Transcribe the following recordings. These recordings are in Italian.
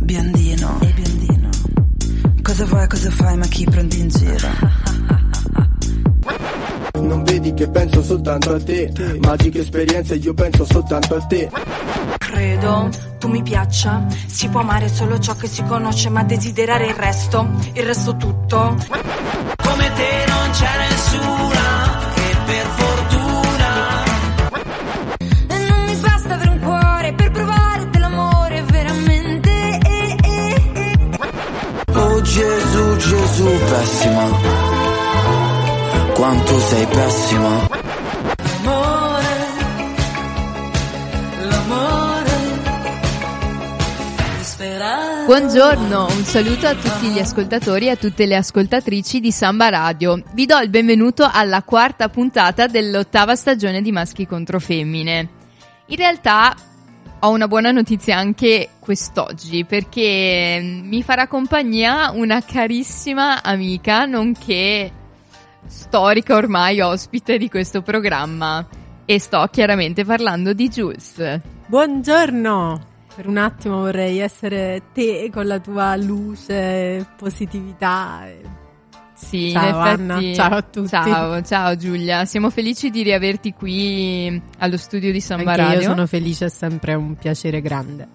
Biondino, e biondino, cosa fai, ma chi prendi in giro? Non vedi che penso soltanto a te, magiche esperienze, io penso soltanto a te. Credo tu mi piaccia, si può amare solo ciò che si conosce, ma desiderare il resto tutto. Come te non c'è nessuna, che per fortuna. E non mi basta avere un cuore per provare dell'amore veramente. Oh Gesù, Gesù, pessima, quanto sei pessima. Buongiorno, un saluto a tutti gli ascoltatori e a tutte le ascoltatrici di Samba Radio. Vi do il benvenuto alla quarta puntata dell'8ª stagione di Maschi contro Femmine. In realtà ho una buona notizia anche quest'oggi, perché mi farà compagnia una carissima amica, nonché storica ormai ospite di questo programma. E sto chiaramente parlando di Jules. Buongiorno! Per un attimo vorrei essere te con la tua luce, positività. Sì, ciao, in effetti. Anna, ciao a tutti. Ciao Giulia, siamo felici di riaverti qui allo studio di Samba anche Radio. Io sono felice, è sempre un piacere grande.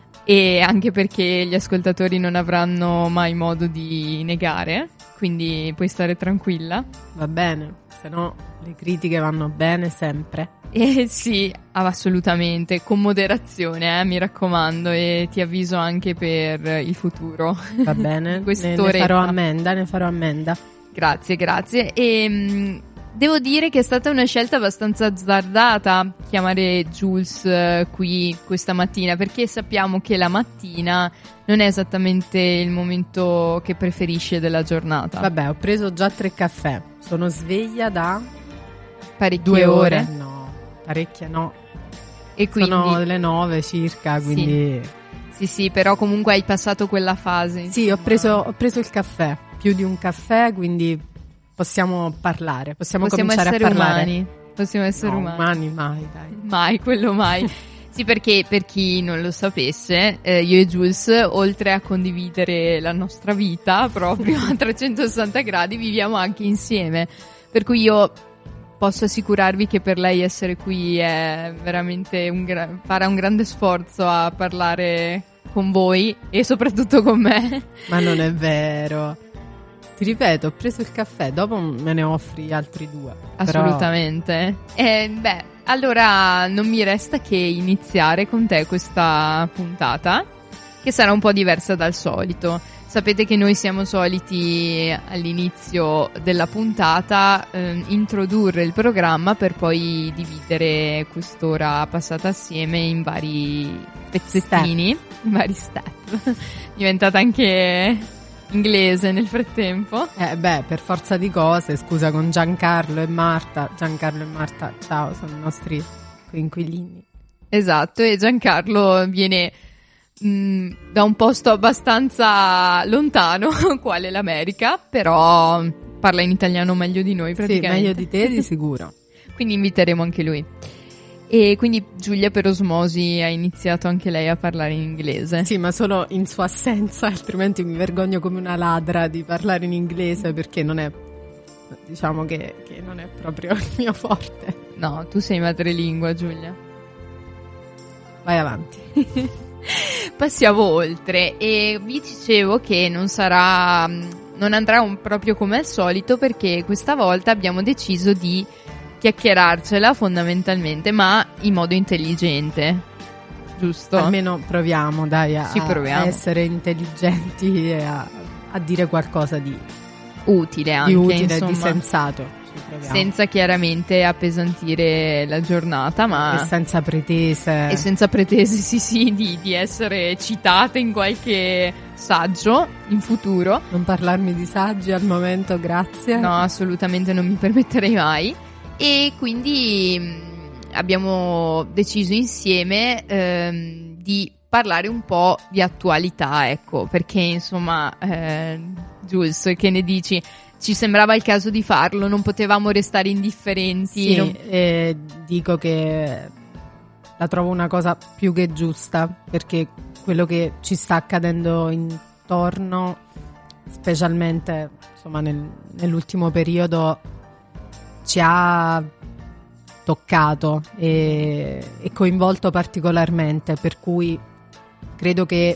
E anche perché gli ascoltatori non avranno mai modo di negare, quindi puoi stare tranquilla. Va bene, se no le critiche vanno bene sempre. Sì, assolutamente, con moderazione, mi raccomando, e ti avviso anche per il futuro. Va bene, ne farò ammenda. Grazie. E devo dire che è stata una scelta abbastanza azzardata chiamare Jules qui questa mattina, perché sappiamo che la mattina non è esattamente il momento che preferisce della giornata. Vabbè, ho preso già 3 caffè, sono sveglia da parecchie 2 ore. No. Parecchie no, e quindi sono le 9 circa, quindi sì, però comunque hai passato quella fase. Sì, ho preso il caffè, più di un caffè, quindi possiamo parlare, possiamo cominciare a parlare. Possiamo essere umani. Mai, dai. Mai, quello mai. Sì, perché per chi non lo sapesse, io e Jules, oltre a condividere la nostra vita proprio a 360 gradi, viviamo anche insieme, per cui io posso assicurarvi che per lei essere qui è veramente farà un grande sforzo a parlare con voi e soprattutto con me. Ma non è vero. Ti ripeto, ho preso il caffè, dopo me ne offri altri 2. Assolutamente. Allora non mi resta che iniziare con te questa puntata, che sarà un po' diversa dal solito. Sapete che noi siamo soliti all'inizio della puntata introdurre il programma per poi dividere quest'ora passata assieme in vari pezzettini, in vari step. Diventata anche inglese nel frattempo. Per forza di cose, scusa, con Giancarlo e Marta, ciao, sono i nostri coinquilini. Esatto, e Giancarlo viene da un posto abbastanza lontano, quale l'America, però parla in italiano meglio di noi praticamente. Sì, meglio di te di sicuro. Quindi inviteremo anche lui. E quindi Giulia per osmosi ha iniziato anche lei a parlare in inglese. Sì, ma solo in sua assenza, altrimenti mi vergogno come una ladra di parlare in inglese, perché non è, diciamo che non è proprio il mio forte. No, tu sei madrelingua, Giulia. Vai avanti. Passiamo oltre e vi dicevo che non andrà proprio come al solito, perché questa volta abbiamo deciso di chiacchierarcela fondamentalmente, ma in modo intelligente, giusto? Almeno proviamo, dai, a essere intelligenti e a dire qualcosa di utile anche, di utile, insomma, di sensato. Senza chiaramente appesantire la giornata, ma e senza pretese, sì, di essere citate in qualche saggio in futuro. Non parlarmi di saggi al momento, grazie. No, assolutamente non mi permetterei mai. E quindi abbiamo deciso insieme di parlare un po' di attualità, ecco, perché insomma, Jules, che ne dici? Ci sembrava il caso di farlo, non potevamo restare indifferenti. Sì, dico che la trovo una cosa più che giusta, perché quello che ci sta accadendo intorno, specialmente insomma nell'ultimo periodo, ci ha toccato e coinvolto particolarmente, per cui credo che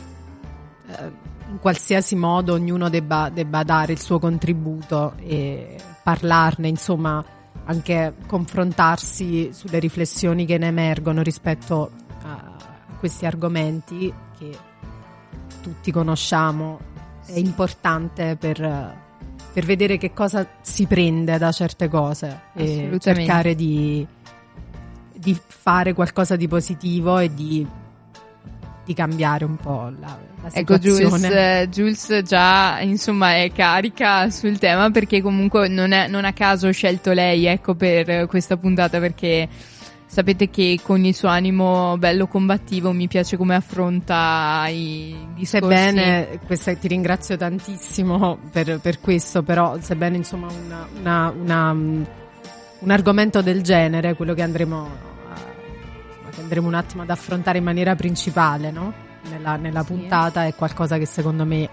in qualsiasi modo ognuno debba dare il suo contributo e parlarne, insomma anche confrontarsi sulle riflessioni che ne emergono rispetto a questi argomenti che tutti conosciamo. È importante per vedere che cosa si prende da certe cose e cercare di fare qualcosa di positivo e di cambiare un po' la situazione. Ecco, Jules già insomma è carica sul tema, perché comunque non a caso ho scelto lei, ecco, per questa puntata, perché sapete che con il suo animo bello combattivo mi piace come affronta i discorsi. Sebbene, ti ringrazio tantissimo per questo, però sebbene insomma un argomento del genere, quello che andremo un attimo ad affrontare in maniera principale, no? Nella puntata, è qualcosa che secondo me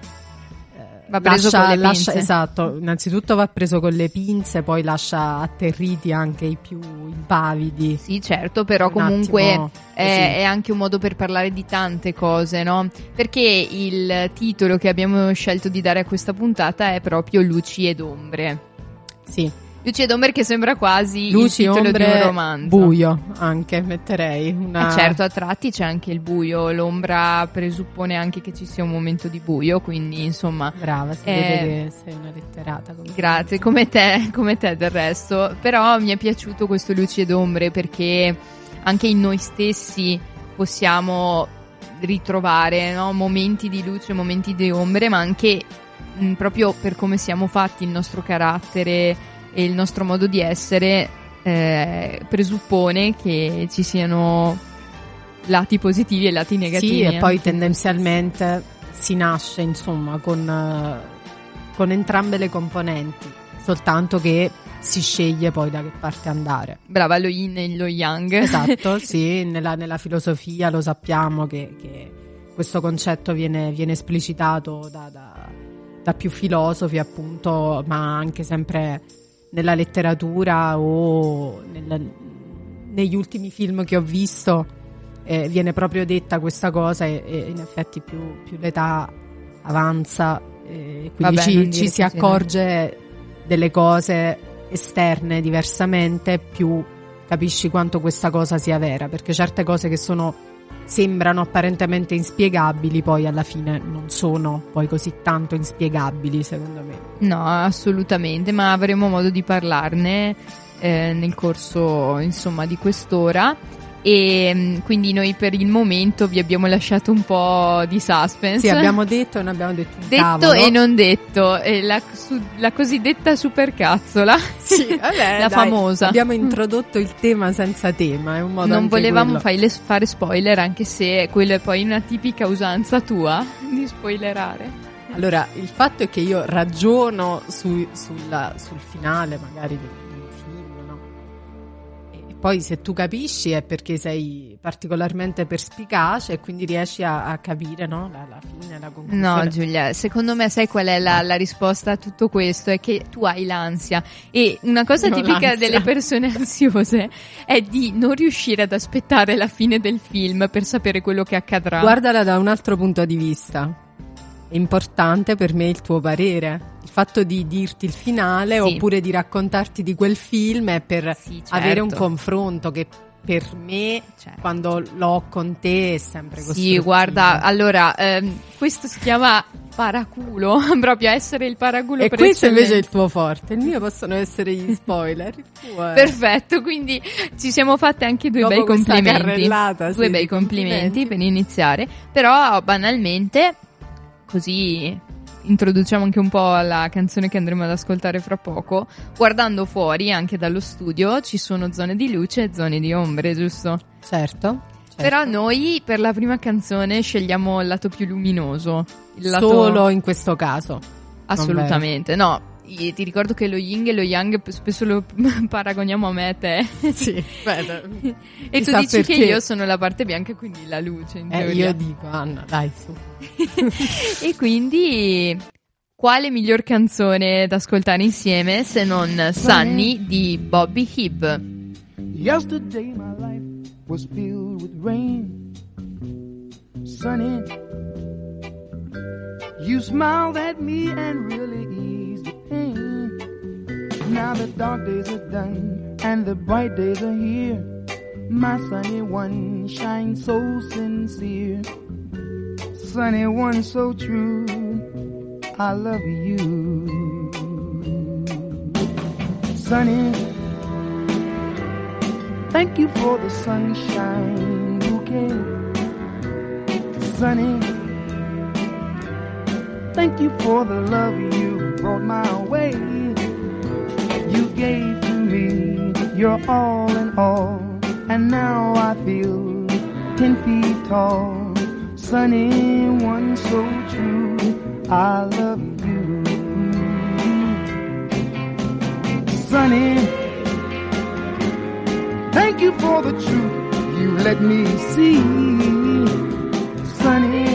va preso con le pinze. Esatto, innanzitutto va preso con le pinze, poi lascia atterriti anche i più impavidi. Sì, certo, però comunque è anche un modo per parlare di tante cose, no? Perché il titolo che abbiamo scelto di dare a questa puntata è proprio Luci ed ombre. Sì. Luci ed ombre, che sembra quasi Luci, il titolo ombre, di un romanzo. Buio anche, metterei. Certo, a tratti c'è anche il buio, l'ombra presuppone anche che ci sia un momento di buio, quindi insomma... Brava, si vede che sei una letterata. Grazie, come te del resto. Però mi è piaciuto questo Luci ed ombre, perché anche in noi stessi possiamo ritrovare, no? Momenti di luce, momenti di ombre, ma anche proprio per come siamo fatti, il nostro carattere e il nostro modo di essere presuppone che ci siano lati positivi e lati negativi. Sì, e poi tendenzialmente si nasce insomma con entrambe le componenti, soltanto che si sceglie poi da che parte andare. Brava, lo yin e lo yang. Esatto, sì, nella filosofia lo sappiamo che questo concetto viene esplicitato da più filosofi, appunto, ma anche sempre nella letteratura o negli ultimi film che ho visto viene proprio detta questa cosa e in effetti più l'età avanza quindi ci si accorge delle cose esterne diversamente, più capisci quanto questa cosa sia vera, perché certe cose che sembrano apparentemente inspiegabili poi alla fine non sono poi così tanto inspiegabili, secondo me. No, assolutamente, ma avremo modo di parlarne nel corso insomma di quest'ora, e quindi noi per il momento vi abbiamo lasciato un po' di suspense. Sì, abbiamo detto e non abbiamo detto un detto cavolo. E non detto, la cosiddetta supercazzola. Sì, vabbè, la famosa. Abbiamo introdotto il tema senza tema, è un modo. Non volevamo fare spoiler, anche se quello è poi una tipica usanza tua di spoilerare. Allora, il fatto è che io ragiono sul finale magari di un film, no? E poi se tu capisci è perché sei particolarmente perspicace e quindi riesci a capire, no? La fine, la conclusione. No, Giulia, secondo me sai qual è la risposta a tutto questo? È che tu hai l'ansia, e una cosa tipica delle persone ansiose è di non riuscire ad aspettare la fine del film per sapere quello che accadrà. Guardala da un altro punto di vista. È importante per me il tuo parere, il fatto di dirti il finale, sì, oppure di raccontarti di quel film è per avere un confronto che per me, quando l'ho con te, è sempre così. Sì, guarda, allora questo si chiama paraculo, proprio essere il paraculo. E questo invece è il tuo forte, il mio possono essere gli spoiler, il tuo è... Perfetto, quindi ci siamo fatte anche due bei complimenti per iniziare, però banalmente, così introduciamo anche un po' la canzone che andremo ad ascoltare fra poco. Guardando fuori anche dallo studio ci sono zone di luce e zone di ombre, giusto? Certo. Però noi per la prima canzone scegliamo il lato più luminoso, il lato... Solo in questo caso. Assolutamente, no. ti ricordo che lo yin e lo yang spesso lo paragoniamo a me e te. Sì, beh, e tu dici perché. Che io sono la parte bianca, quindi la luce in teoria. Io dico, Anna, dai, su. E quindi quale miglior canzone da ascoltare insieme se non Sunny di Bobby Hibb? Yesterday my life was filled with rain. Sunny, you smiled at me and really eased the pain. Now the dark days are done and the bright days are here. My sunny one shines so sincere. Sunny one so true, I love you. Sunny, thank you for the sunshine bouquet. Sunny, thank you for the love you brought my way. You gave to me your all in all, and now I feel 10 feet tall. Sunny one so true, I love you. Sunny, thank you for the truth you let me see. Sunny,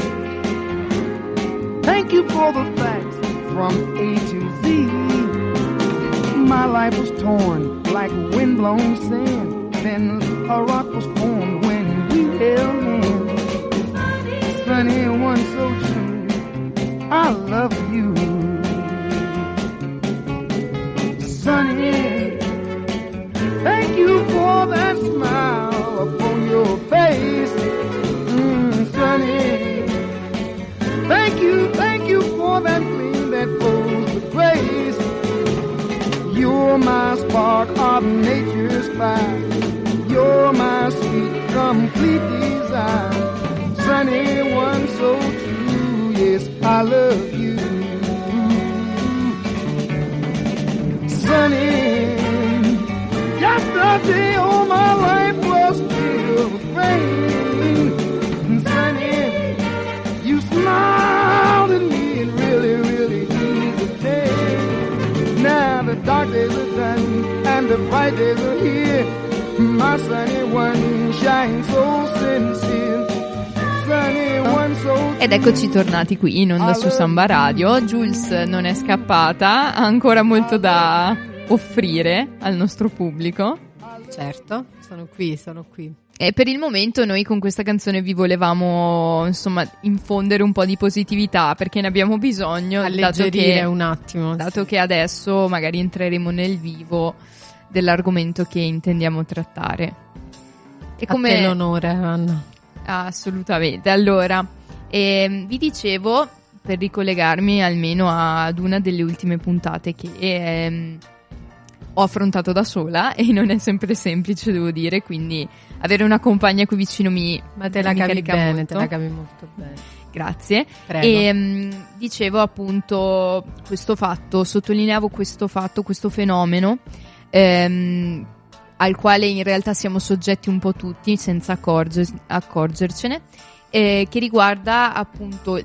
thank you for the facts from A to Z. My life was torn like windblown sand, then a rock was formed when we held hands. Sunny one so true, I love you. Sunny, thank you for that smile upon your face. Sunny, thank you for that gleam that flows with grace. You're my spark of nature's fire. You're my sweet, complete desire. Sunny one so true, yes, I love you. Sunny, yesterday all my life was filled with rain. Sunny, you smiled at me and really, really eased the day. Now the dark days are done and the bright days are here. My sunny one shines so sincere. Ed eccoci tornati qui in onda su Samba Radio. Jules non è scappata, ha ancora molto da offrire al nostro pubblico. Certo, sono qui. E per il momento noi con questa canzone vi volevamo insomma infondere un po' di positività, perché ne abbiamo bisogno, alleggerire un attimo, dato che adesso magari entreremo nel vivo dell'argomento che intendiamo trattare. E come a te l'onore, Anna. Assolutamente. Allora, vi dicevo, per ricollegarmi almeno ad una delle ultime puntate che ho affrontato da sola, e non è sempre semplice, devo dire, quindi avere una compagna qui vicino ma te la cavi bene, molto. Te la cavi molto bene. Grazie. Prego. E dicevo appunto questo fatto, sottolineavo questo fatto, questo fenomeno al quale in realtà siamo soggetti un po' tutti senza accorgercene, che riguarda appunto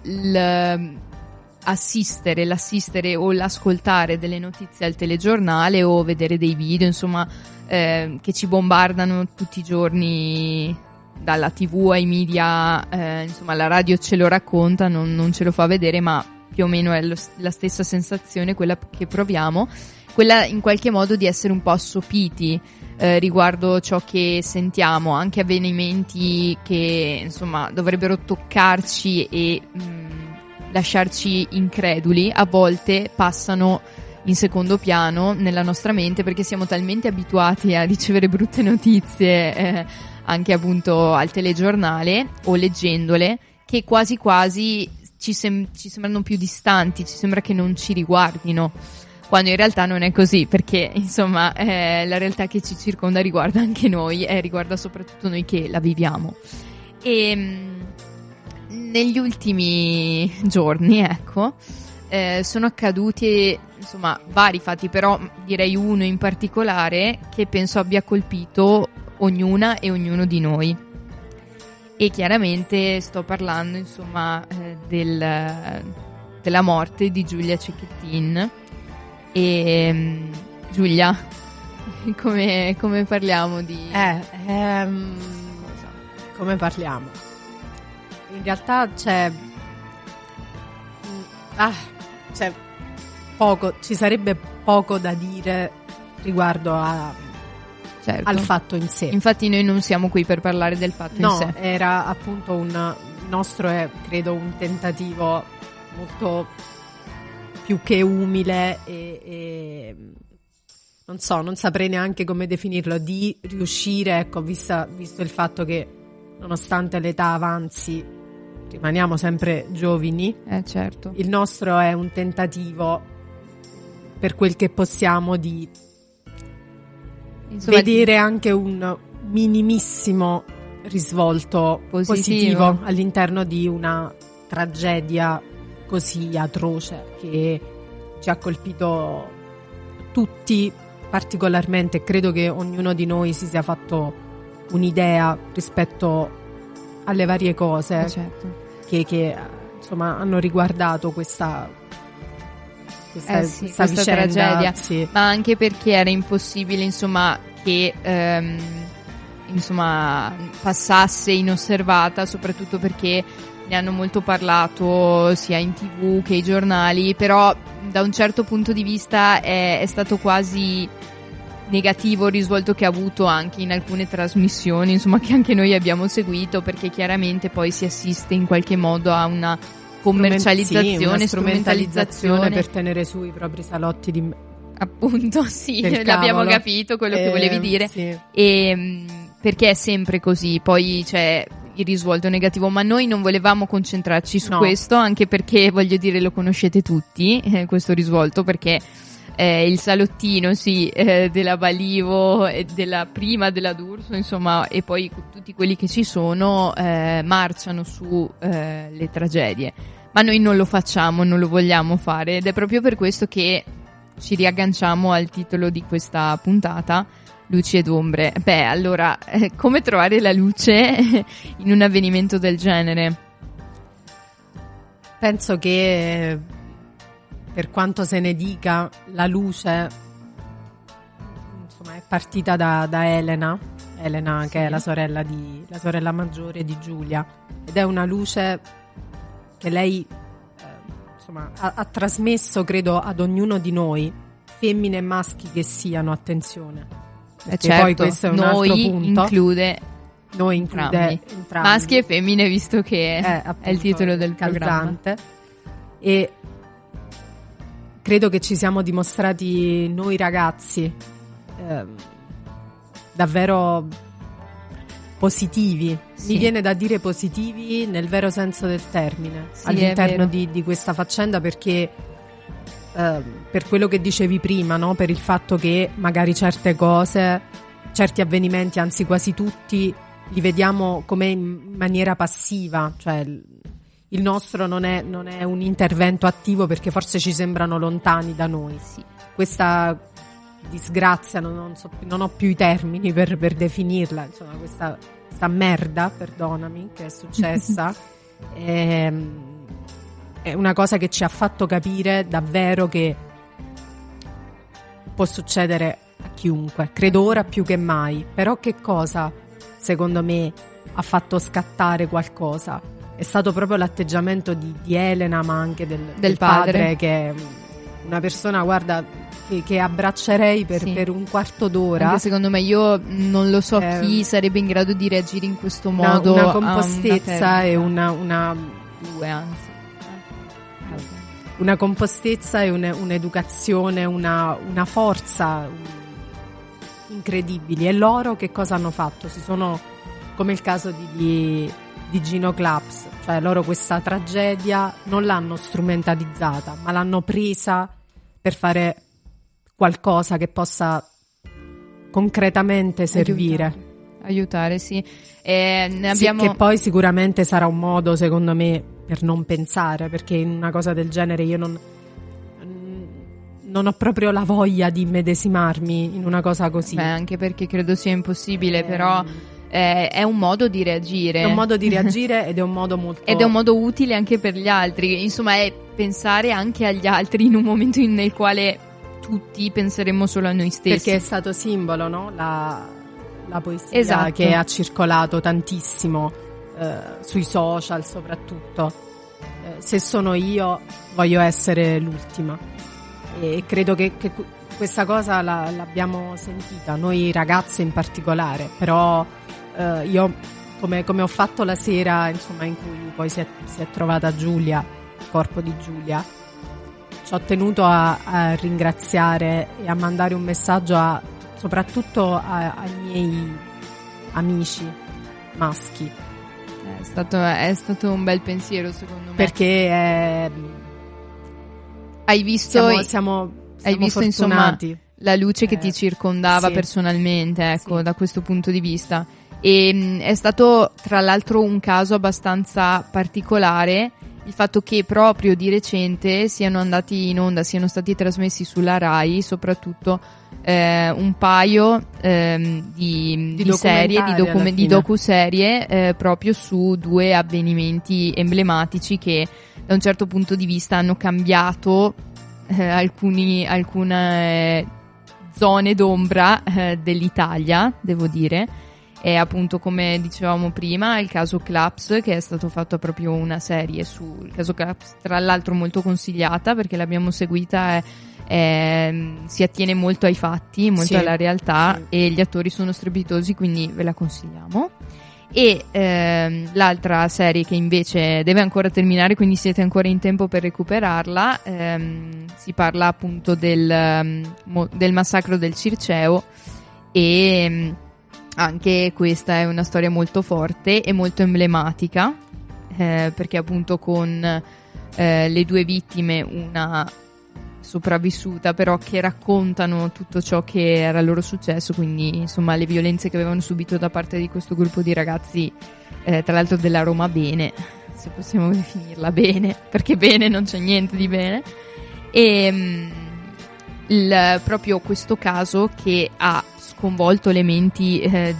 l'assistere o l'ascoltare delle notizie al telegiornale o vedere dei video, insomma, che ci bombardano tutti i giorni dalla TV ai media, insomma la radio ce lo racconta, non ce lo fa vedere, ma più o meno è la stessa sensazione quella che proviamo, quella in qualche modo di essere un po' assopiti riguardo ciò che sentiamo, anche avvenimenti che insomma dovrebbero toccarci e lasciarci increduli, a volte passano in secondo piano nella nostra mente, perché siamo talmente abituati a ricevere brutte notizie anche appunto al telegiornale o leggendole, che quasi quasi ci sembrano più distanti, ci sembra che non ci riguardino, quando in realtà non è così, perché insomma la realtà che ci circonda riguarda anche noi, riguarda soprattutto noi che la viviamo. E negli ultimi giorni, ecco, sono accaduti insomma vari fatti, però direi uno in particolare che penso abbia colpito ognuna e ognuno di noi, e chiaramente sto parlando insomma della morte di Giulia Cecchettin, E Giulia, come parliamo di... come parliamo? In realtà c'è poco, ci sarebbe poco da dire riguardo Certo. al fatto in sé. Infatti noi non siamo qui per parlare del fatto in sé. No, era appunto il nostro è credo un tentativo molto più che umile e non saprei neanche come definirlo, di riuscire, ecco, visto il fatto che nonostante l'età avanzi rimaniamo sempre giovani. Certo. Il nostro è un tentativo, per quel che possiamo, di vedere anche un minimissimo risvolto positivo all'interno di una tragedia così atroce che ci ha colpito tutti particolarmente. Credo che ognuno di noi si sia fatto un'idea rispetto alle varie cose certo. che insomma hanno riguardato questa questa vicenda, tragedia, sì. Ma anche perché era impossibile, insomma, che passasse inosservata, soprattutto perché ne hanno molto parlato sia in TV che ai giornali, però da un certo punto di vista è stato quasi negativo il risvolto che ha avuto anche in alcune trasmissioni, insomma, che anche noi abbiamo seguito, perché chiaramente poi si assiste in qualche modo a una commercializzazione, una strumentalizzazione per tenere su i propri salotti di... Appunto, sì, del l'abbiamo cavolo. capito quello che volevi dire. Sì. E perché è sempre così, poi c'è il risvolto negativo, ma noi non volevamo concentrarci su questo, anche perché, voglio dire, lo conoscete tutti, questo risvolto, perché il salottino, della Balivo, della prima della D'Urso, insomma, e poi tutti quelli che ci sono marciano su le tragedie, ma noi non lo facciamo, non lo vogliamo fare, ed è proprio per questo che ci riagganciamo al titolo di questa puntata, Luci ed ombre. Beh, allora, come trovare la luce in un avvenimento del genere? Penso che, per quanto se ne dica, la luce, insomma, è partita da Elena, che è la sorella maggiore di Giulia, ed è una luce che lei ha trasmesso, credo, ad ognuno di noi, femmine e maschi che siano, attenzione. Perché certo, poi questo è un altro punto. Noi include entrambi, maschi e femmine, visto che è il titolo del programma. E credo che ci siamo dimostrati noi ragazzi davvero positivi. Sì. Mi viene da dire positivi nel vero senso del termine, all'interno di questa faccenda, perché per quello che dicevi prima, no? Per il fatto che magari certe cose, certi avvenimenti, anzi quasi tutti, li vediamo come in maniera passiva, cioè il nostro non è un intervento attivo perché forse ci sembrano lontani da noi. Sì. Questa disgrazia, non ho più i termini per definirla, insomma, questa merda, perdonami, che è successa è una cosa che ci ha fatto capire davvero che può succedere a chiunque, credo ora più che mai. Però che cosa, secondo me, ha fatto scattare qualcosa? È stato proprio l'atteggiamento di Elena, ma anche del padre, che è una persona, guarda, che abbraccerei per un quarto d'ora. Anche secondo me, io non lo so chi sarebbe in grado di reagire in questo modo. Una compostezza e una compostezza e un'educazione, una forza incredibili. E loro che cosa hanno fatto? Si sono, come il caso di Gino Claps, cioè loro questa tragedia non l'hanno strumentalizzata, ma l'hanno presa per fare qualcosa che possa concretamente servire. Aiutare, sì. Abbiamo... Sì, che poi sicuramente sarà un modo, secondo me, per non pensare, perché in una cosa del genere io non ho proprio la voglia di immedesimarmi in una cosa così. Beh, anche perché credo sia impossibile, però è un modo di reagire. È un modo di reagire ed è un modo molto... Ed è un modo utile anche per gli altri. Insomma, è pensare anche agli altri in un momento nel quale tutti penseremmo solo a noi stessi. Perché è stato simbolo, no? La poesia Esatto. che ha circolato tantissimo sui social soprattutto. Se sono io, voglio essere l'ultima. E credo che questa cosa l'abbiamo sentita, noi ragazze in particolare, però io come ho fatto la sera, insomma, in cui poi si è trovata Giulia, il corpo di Giulia, ci ho tenuto a ringraziare e a mandare un messaggio soprattutto ai miei amici maschi. È stato un bel pensiero, secondo me. Perché hai visto siamo hai visto fortunati. Insomma la luce che ti circondava sì. personalmente, ecco, Sì. da questo punto di vista. E è stato tra l'altro un caso abbastanza particolare il fatto che proprio di recente siano andati in onda, siano stati trasmessi sulla Rai soprattutto un paio di serie, di docuserie proprio su due avvenimenti emblematici che da un certo punto di vista hanno cambiato alcune zone d'ombra dell'Italia, devo dire. E appunto, come dicevamo prima, il caso Claps, che è stato fatto proprio una serie sul caso Claps, tra l'altro molto consigliata perché l'abbiamo seguita, si attiene molto ai fatti, molto alla realtà, e gli attori sono strepitosi, quindi ve la consigliamo. E l'altra serie che invece deve ancora terminare, quindi siete ancora in tempo per recuperarla, si parla appunto del massacro del Circeo, e anche questa è una storia molto forte e molto emblematica, perché appunto con le due vittime, una sopravvissuta però, che raccontano tutto ciò che era loro successo, quindi insomma le violenze che avevano subito da parte di questo gruppo di ragazzi, tra l'altro della Roma Bene, se possiamo definirla bene, perché bene non c'è niente di bene. E proprio questo caso che ha sconvolto le menti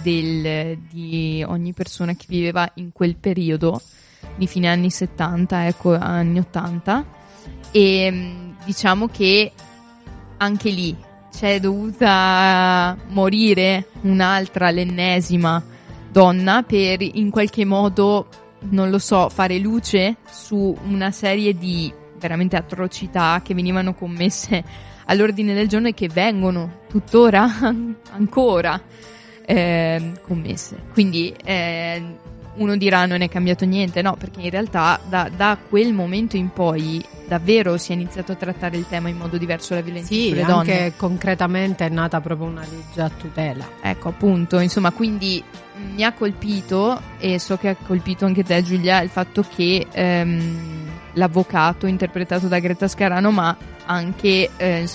di ogni persona che viveva in quel periodo di fine anni 70, ecco, anni 80, e diciamo che anche lì c'è dovuta morire l'ennesima donna per in qualche modo, non lo so, fare luce su una serie di veramente atrocità che venivano commesse all'ordine del giorno e che vengono tuttora ancora commesse. Quindi uno dirà non è cambiato niente, no, perché in realtà da quel momento in poi davvero si è iniziato a trattare il tema in modo diverso, la violenza sulle donne. Sì, anche concretamente è nata proprio una legge a tutela. Ecco, appunto, insomma, quindi mi ha colpito, e so che ha colpito anche te, Giulia, il fatto che l'avvocato interpretato da Greta Scarano, ma anche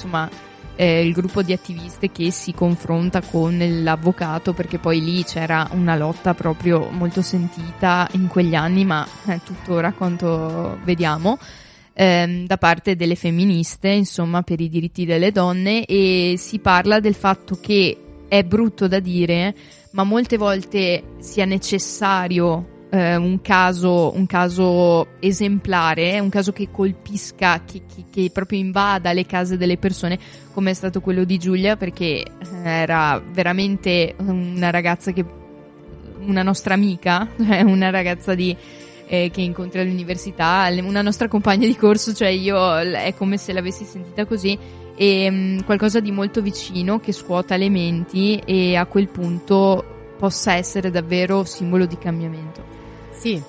il gruppo di attiviste che si confronta con l'avvocato, perché poi lì c'era una lotta proprio molto sentita in quegli anni, ma tuttora, quanto vediamo, da parte delle femministe, insomma, per i diritti delle donne. E si parla del fatto che è brutto da dire, ma molte volte sia necessario un caso esemplare, un caso che colpisca, che proprio invada le case delle persone, come è stato quello di Giulia, perché era veramente una ragazza una nostra amica, una ragazza che incontri all'università, una nostra compagna di corso, cioè io è come se l'avessi sentita così, e qualcosa di molto vicino che scuota le menti e a quel punto possa essere davvero simbolo di cambiamento. Sì,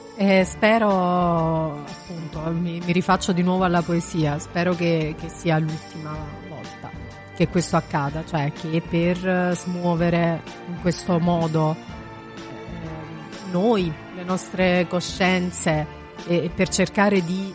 spero, appunto, mi rifaccio di nuovo alla poesia, spero che sia l'ultima volta che questo accada, cioè che per smuovere in questo modo noi, le nostre coscienze, e per cercare di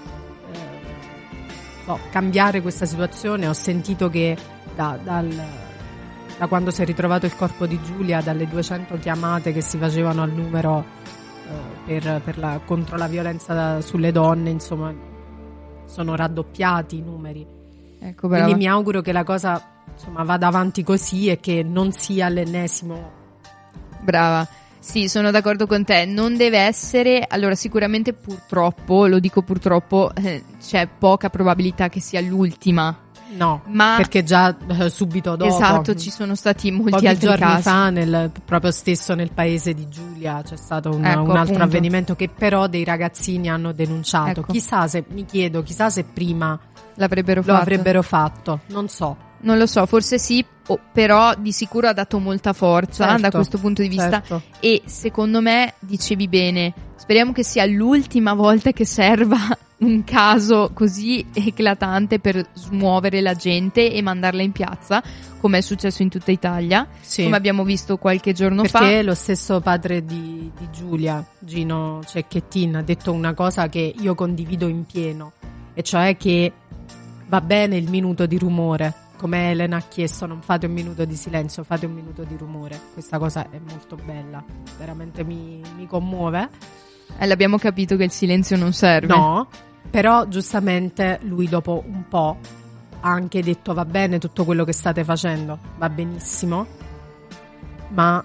cambiare questa situazione. Ho sentito che da quando si è ritrovato il corpo di Giulia, dalle 200 chiamate che si facevano al numero contro la violenza sulle donne, insomma, sono raddoppiati i numeri. Ecco, brava. Quindi mi auguro che la cosa, insomma, vada avanti così e che non sia l'ennesimo. Brava. Sì, sono d'accordo con te, non deve essere, allora sicuramente purtroppo, lo dico purtroppo, c'è poca probabilità che sia l'ultima No, ma perché già subito dopo, esatto, ci sono stati molti pochi altri giorni casi. fa, proprio stesso nel paese di Giulia, c'è stato un Ecco, altro appunto. avvenimento che però dei ragazzini hanno denunciato. Ecco. Chissà se prima L'avrebbero lo fatto. avrebbero fatto, non so. Non lo so, forse sì, però di sicuro ha dato molta forza Certo, da questo punto di vista. certo. E secondo me, dicevi bene, speriamo che sia l'ultima volta che serva un caso così eclatante per smuovere la gente e mandarla in piazza, come è successo in tutta Italia, Sì. come abbiamo visto qualche giorno fa. Perché lo stesso padre di Giulia, Gino Cecchettin, ha detto una cosa che io condivido in pieno, e cioè che va bene il minuto di rumore, come Elena ha chiesto, non fate un minuto di silenzio, fate un minuto di rumore. Questa cosa è molto bella, veramente mi commuove. L'abbiamo capito che il silenzio non serve. No, però giustamente lui dopo un po' ha anche detto va bene tutto quello che state facendo, va benissimo, ma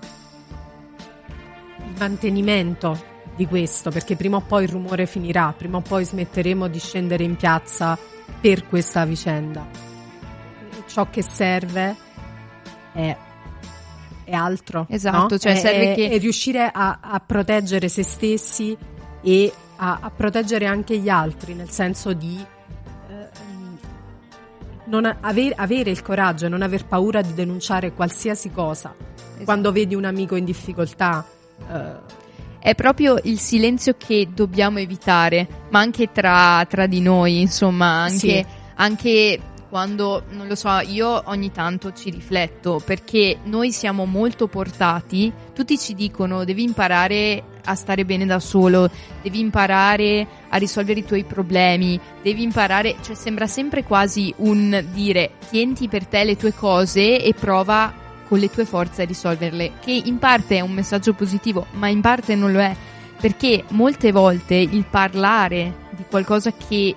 il mantenimento di questo, perché prima o poi il rumore finirà, prima o poi smetteremo di scendere in piazza per questa vicenda. Ciò che serve è altro. Esatto, no? cioè serve che è riuscire a proteggere se stessi e a proteggere anche gli altri, nel senso di non avere il coraggio e non aver paura di denunciare qualsiasi cosa. Esatto. Quando vedi un amico in difficoltà, è proprio il silenzio che dobbiamo evitare, ma anche tra di noi, insomma, anche quando, non lo so, io ogni tanto ci rifletto, perché noi siamo molto portati, tutti ci dicono devi imparare a stare bene da solo, devi imparare a risolvere i tuoi problemi, devi imparare, cioè sembra sempre quasi un dire tienti per te le tue cose e prova con le tue forze a risolverle, che in parte è un messaggio positivo, ma in parte non lo è, perché molte volte il parlare di qualcosa che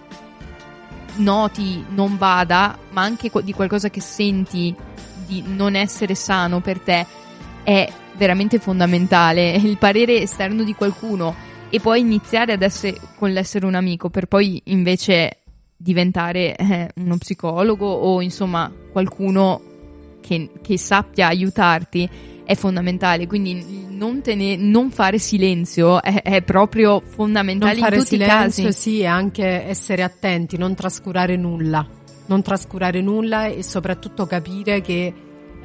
noti non vada, ma anche di qualcosa che senti di non essere sano per te, è veramente fondamentale. Il parere esterno di qualcuno e poi iniziare ad essere con l'essere un amico, per poi invece diventare uno psicologo o insomma qualcuno che sappia aiutarti, è fondamentale. Quindi non fare silenzio è proprio fondamentale non fare in tutti silenzio, i casi. sì, e anche essere attenti, non trascurare nulla e soprattutto capire che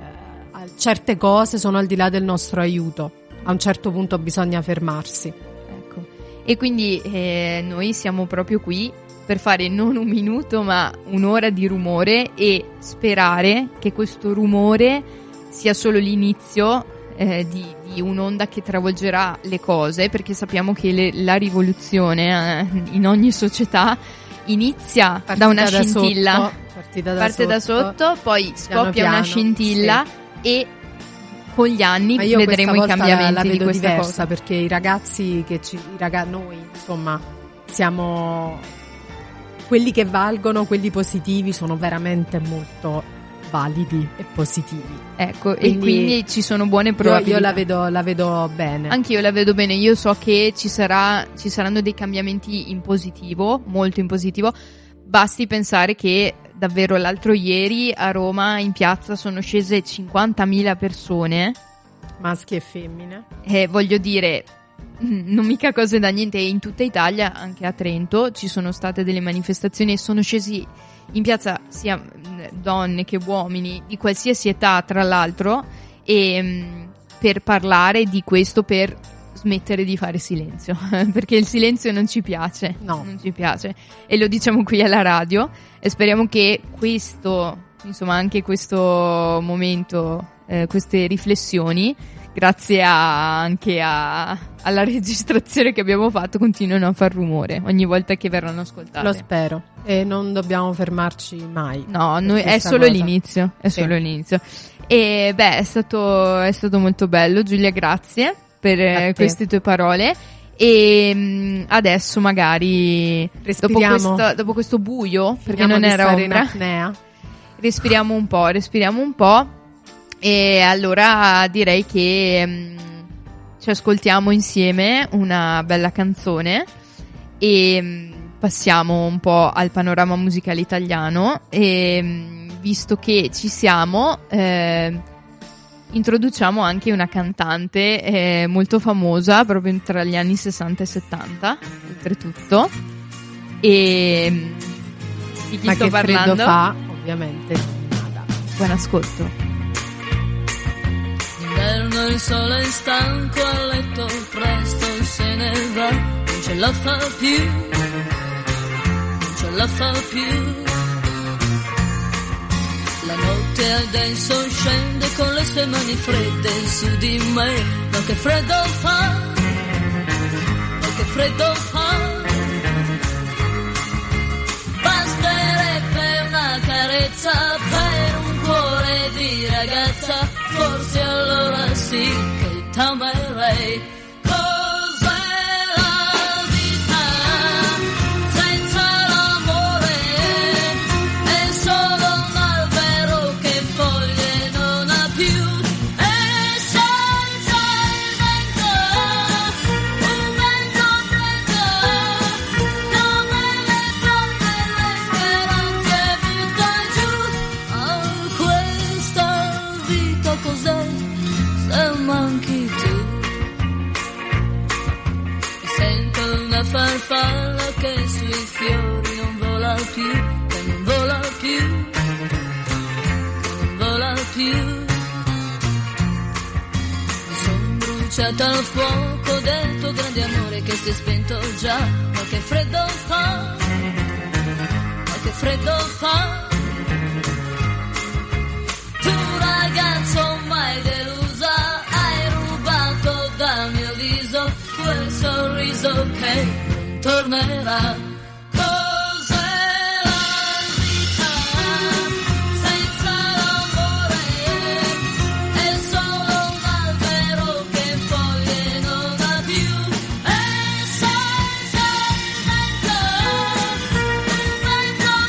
certe cose sono al di là del nostro aiuto. A un certo punto bisogna fermarsi. Ecco. E quindi noi siamo proprio qui per fare non un minuto ma un'ora di rumore e sperare che questo rumore sia solo l'inizio di un'onda che travolgerà le cose, perché sappiamo che la rivoluzione in ogni società inizia da una scintilla, parte da sotto, poi scoppia una scintilla, sì. E con gli anni vedremo i cambiamenti la vedo di questa diversa, cosa, perché i ragazzi noi insomma siamo quelli che valgono, quelli positivi sono veramente molto validi e positivi. Ecco, e quindi ci sono buone probabilità. Io la vedo bene. Anche io la vedo bene. Io so che ci saranno dei cambiamenti in positivo, molto in positivo. Basti pensare che davvero l'altro ieri a Roma in piazza sono scese 50.000 persone, maschi e femmine. Voglio dire, non mica cose da niente. In tutta Italia, anche a Trento, ci sono state delle manifestazioni e sono scesi in piazza sia donne che uomini di qualsiasi età, tra l'altro, e per parlare di questo, per smettere di fare silenzio, perché il silenzio non ci piace, non ci piace, e lo diciamo qui alla radio, e speriamo che questo, insomma, anche questo momento, queste riflessioni, grazie anche alla registrazione che abbiamo fatto, continuano a far rumore ogni volta che verranno ascoltate. Lo spero, e non dobbiamo fermarci mai. No, è solo l'inizio, solo l'inizio. E beh, è stato molto bello, Giulia, grazie per queste tue parole. E adesso magari dopo questo buio, perché non era ombra, respiriamo un po'. E allora direi che ci ascoltiamo insieme una bella canzone e passiamo un po' al panorama musicale italiano e visto che ci siamo, introduciamo anche una cantante molto famosa proprio tra gli anni 60 e 70, oltretutto. E di chi Ma sto che parlando? freddo fa, ovviamente. Nada. Buon ascolto. D'inverno il sole è stanco, a letto presto se ne va, non ce la fa più, non ce la fa più. La notte adesso scende con le sue mani fredde su di me, ma che freddo fa, ma che freddo fa. Basterebbe una carezza per un cuore di ragazza, forse allora sì che t'amerei. Farfalla che sui fiori non vola più, che non vola più, che non vola più. Mi son bruciata al fuoco del tuo grande amore che si è spento già, ma che freddo fa, ma che freddo fa. Tu ragazzo mai delusa, hai rubato dal mio viso quel sorriso che non tornerà. Cos'è la vita senza l'amore? È solo un albero che foglie non ha più, e senza il vento freddo,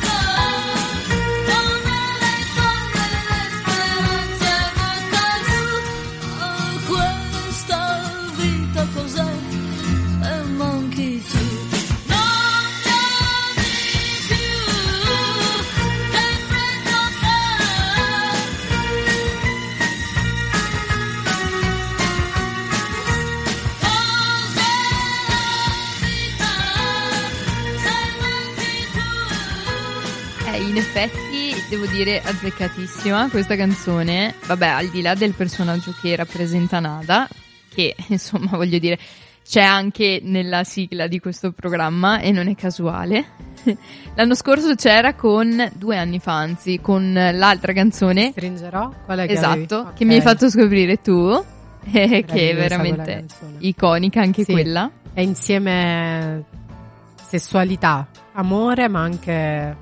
come le speranze butta giù. Oh, questa vita cos'è? E manchi tu. Non chiami più, che freddo fa. Cos'è la vita se manchi tu? In effetti devo dire azzeccatissima questa canzone, vabbè, al di là del personaggio che rappresenta Nada, che insomma voglio dire c'è anche nella sigla di questo programma e non è casuale. L'anno scorso c'era con 2 anni fa, anzi, con l'altra canzone. Stringerò? Qual è che Esatto, avevi? che mi hai Ok. fatto scoprire tu, che è Meravigliosa veramente quella canzone. iconica anche Sì. quella. È insieme sessualità, amore, ma anche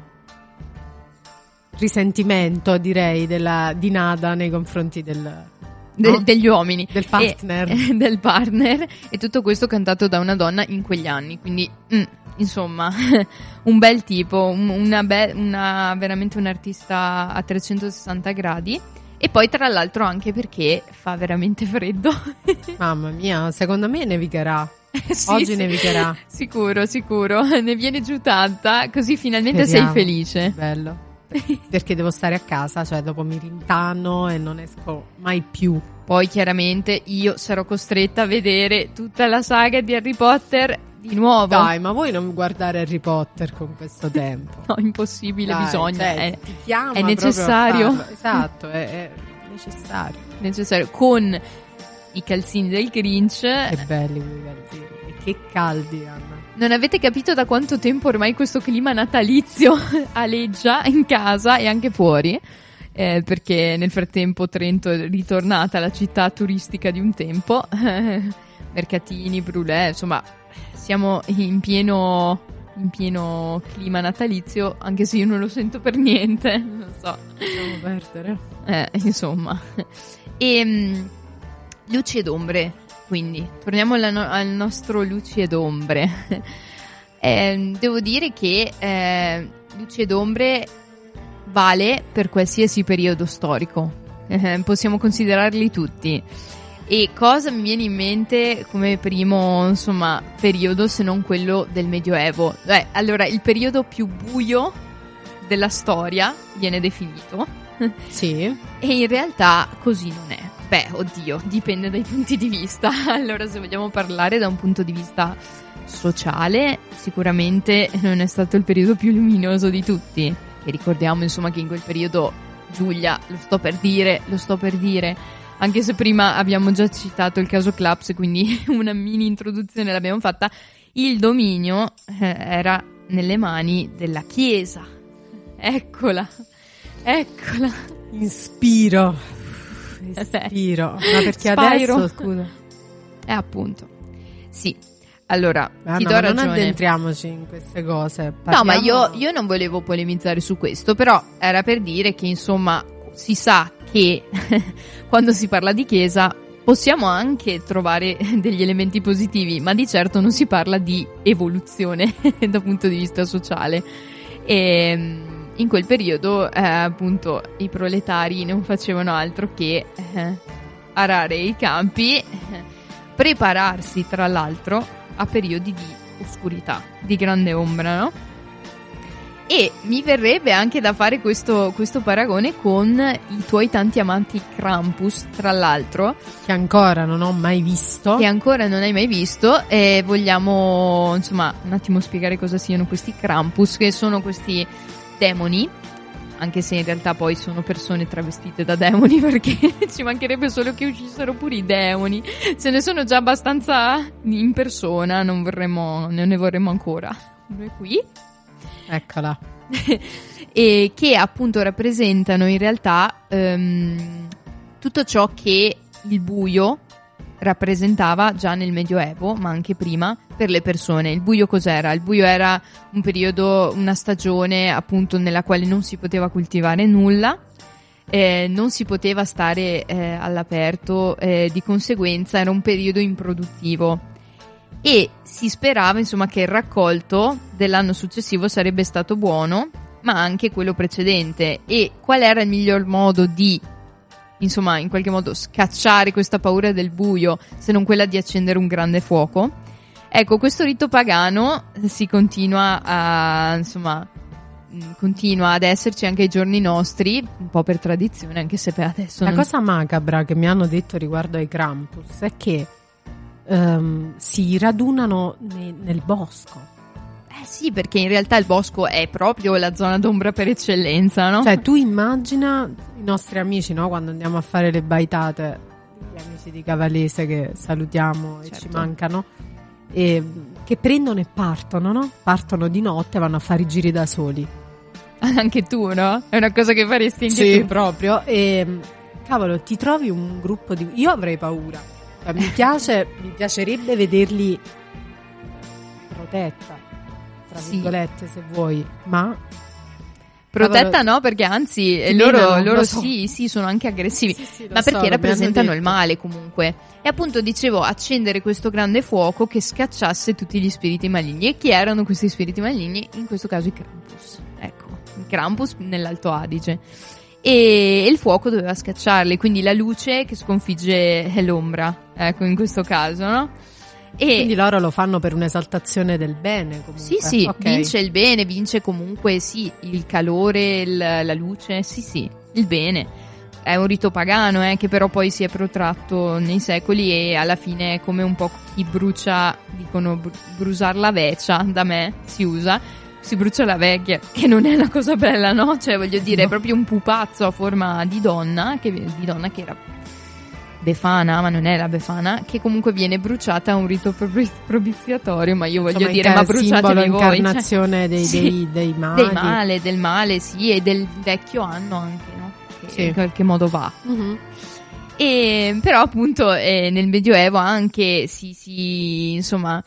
risentimento, direi, di Nada nei confronti no? Degli uomini, Del partner. del partner, e tutto questo cantato da una donna in quegli anni, quindi insomma un bel tipo, veramente un artista a 360 gradi. E poi tra l'altro anche perché fa veramente freddo. Mamma mia, secondo me nevicherà. Sì, Oggi sì. nevicherà. Sicuro, ne viene giù tanta, così finalmente Speriamo. sei felice. Bello. Perché devo stare a casa, cioè dopo mi rintanno e non esco mai più. Poi chiaramente io sarò costretta a vedere tutta la saga di Harry Potter di nuovo. Dai, ma vuoi non guardare Harry Potter con questo tempo? No, impossibile, Dai, bisogna. cioè, ti chiama è necessario. proprio a farlo. Esatto, è necessario. Necessario. Con i calzini del Grinch. Che belli quei calzini. E che caldi, Anna. Non avete capito da quanto tempo ormai questo clima natalizio aleggia in casa e anche fuori, perché nel frattempo Trento è ritornata la città turistica di un tempo, mercatini, brulè, insomma siamo in pieno clima natalizio, anche se io non lo sento per niente, non so. Possiamo perdere. Insomma. E luci ed ombre. Quindi, torniamo al nostro luci ed ombre. Devo dire che luci ed ombre vale per qualsiasi periodo storico. Possiamo considerarli tutti. E cosa mi viene in mente come primo, insomma, periodo se non quello del Medioevo? Allora, il periodo più buio della storia viene definito. Sì. E in realtà così non è. Beh, oddio, dipende dai punti di vista. Allora, se vogliamo parlare da un punto di vista sociale, sicuramente non è stato il periodo più luminoso di tutti. E ricordiamo, insomma, che in quel periodo, Giulia, lo sto per dire, anche se prima abbiamo già citato il caso Claps, quindi una mini introduzione l'abbiamo fatta, il dominio era nelle mani della Chiesa. Eccola. Ispiro. Ma perché adesso, scusa? Appunto. Sì. Allora, ti no, do ragione. Non addentriamoci in queste cose. No, ma io non volevo polemizzare su questo, però era per dire che, insomma, si sa che quando si parla di Chiesa possiamo anche trovare degli elementi positivi, ma di certo non si parla di evoluzione dal punto di vista sociale. E in quel periodo, appunto, i proletari non facevano altro che arare i campi, prepararsi, tra l'altro, a periodi di oscurità, di grande ombra, no? E mi verrebbe anche da fare questo paragone con i tuoi tanti amanti Krampus, tra l'altro, che ancora non ho mai visto. Che ancora non hai mai visto. E vogliamo, insomma, un attimo spiegare cosa siano questi Krampus, che sono questi demoni, anche se in realtà poi sono persone travestite da demoni, perché ci mancherebbe solo che uscissero pure i demoni. Ce ne sono già abbastanza in persona, non ne vorremmo ancora. Noi qui. Eccola. E che appunto rappresentano in realtà tutto ciò che il buio rappresentava già nel Medioevo, ma anche prima, per le persone. Il buio cos'era? Il buio era un periodo, una stagione appunto nella quale non si poteva coltivare nulla, non si poteva stare all'aperto, di conseguenza era un periodo improduttivo. E si sperava, insomma, che il raccolto dell'anno successivo sarebbe stato buono, ma anche quello precedente. E qual era il miglior modo di, insomma, in qualche modo scacciare questa paura del buio, se non quella di accendere un grande fuoco? Ecco, questo rito pagano si continua ad esserci anche ai giorni nostri, un po' per tradizione, anche se per adesso cosa macabra che mi hanno detto riguardo ai Krampus è che si radunano nel bosco. Sì, perché in realtà il bosco è proprio la zona d'ombra per eccellenza, no? Cioè, tu immagina i nostri amici, no? Quando andiamo a fare le baitate, gli amici di Cavalese che salutiamo e ci mancano, e che prendono e partono, no? Partono di notte e vanno a fare i giri da soli. Anche tu, no? È una cosa che faresti anche tu. Sì, proprio. E cavolo, ti trovi un gruppo di... Io avrei paura. Mi piacerebbe vederli protetta, tra virgolette, se vuoi, ma protetta no, perché anzi loro so. sì, sono anche aggressivi, sì, ma perché rappresentano il male comunque. E appunto dicevo, accendere questo grande fuoco che scacciasse tutti gli spiriti maligni. E chi erano questi spiriti maligni? In questo caso i Krampus. Ecco, i Krampus nell'Alto Adige. E il fuoco doveva scacciarli, quindi la luce che sconfigge l'ombra, ecco, in questo caso, no? E quindi loro lo fanno per un'esaltazione del bene, comunque. Sì, okay. Vince il bene, vince comunque, sì, il calore, la luce, sì, il bene. È un rito pagano, che però poi si è protratto nei secoli e alla fine è come un po' chi brucia, dicono brusar la veccia, da me si usa. Si brucia la vecchia, che non è una cosa bella, no? Cioè, voglio dire, è proprio un pupazzo a forma di donna che era Befana, ma non è la Befana, che comunque viene bruciata a un rito propiziatorio, ma io voglio dire, ma bruciatevi voi. L'incarnazione dei mali. Del male, sì, e del vecchio anno anche, no? Che in qualche modo va. Uh-huh. E però appunto nel Medioevo anche si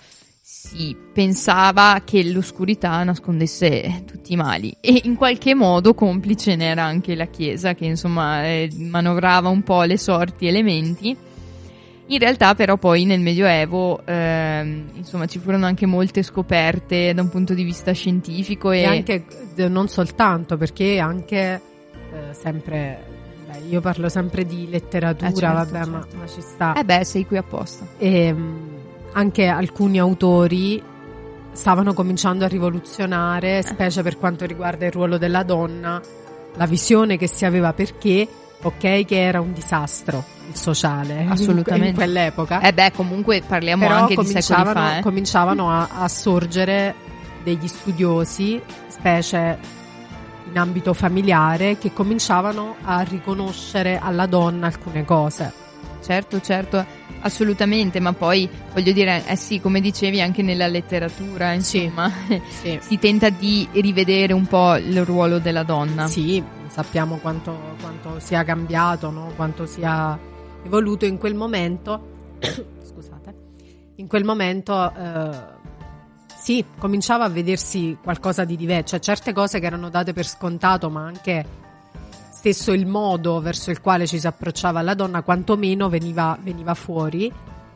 pensava che l'oscurità nascondesse tutti i mali, e in qualche modo complice ne era anche la Chiesa, che insomma manovrava un po' le sorti e le menti. In realtà però poi nel Medioevo ci furono anche molte scoperte da un punto di vista scientifico e anche non soltanto, perché anche sempre Beh, io parlo sempre di letteratura, Certo, vabbè, certo. ma ci sta. Sei qui apposta. E anche alcuni autori stavano cominciando a rivoluzionare, specie per quanto riguarda il ruolo della donna, la visione che si aveva, perché che era un disastro il sociale Assolutamente. in quell'epoca. Comunque parliamo Però anche di secoli fa. cominciavano a sorgere degli studiosi, specie in ambito familiare, che cominciavano a riconoscere alla donna alcune cose. Certo, assolutamente, ma poi voglio dire, sì, come dicevi anche nella letteratura, insomma, Sì. si tenta di rivedere un po' il ruolo della donna. Sì, sappiamo quanto sia cambiato, no? Quanto sia evoluto in quel momento. Scusate. In quel momento sì, cominciava a vedersi qualcosa di diverso, cioè certe cose che erano date per scontato, ma anche stesso il modo verso il quale ci si approcciava alla donna, quantomeno veniva fuori,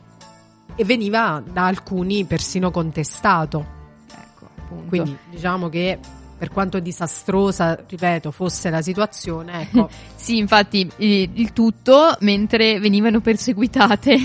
e veniva da alcuni persino contestato. Ecco, appunto. Quindi diciamo che, per quanto disastrosa, ripeto, fosse la situazione, ecco. Sì, infatti il tutto mentre venivano perseguitate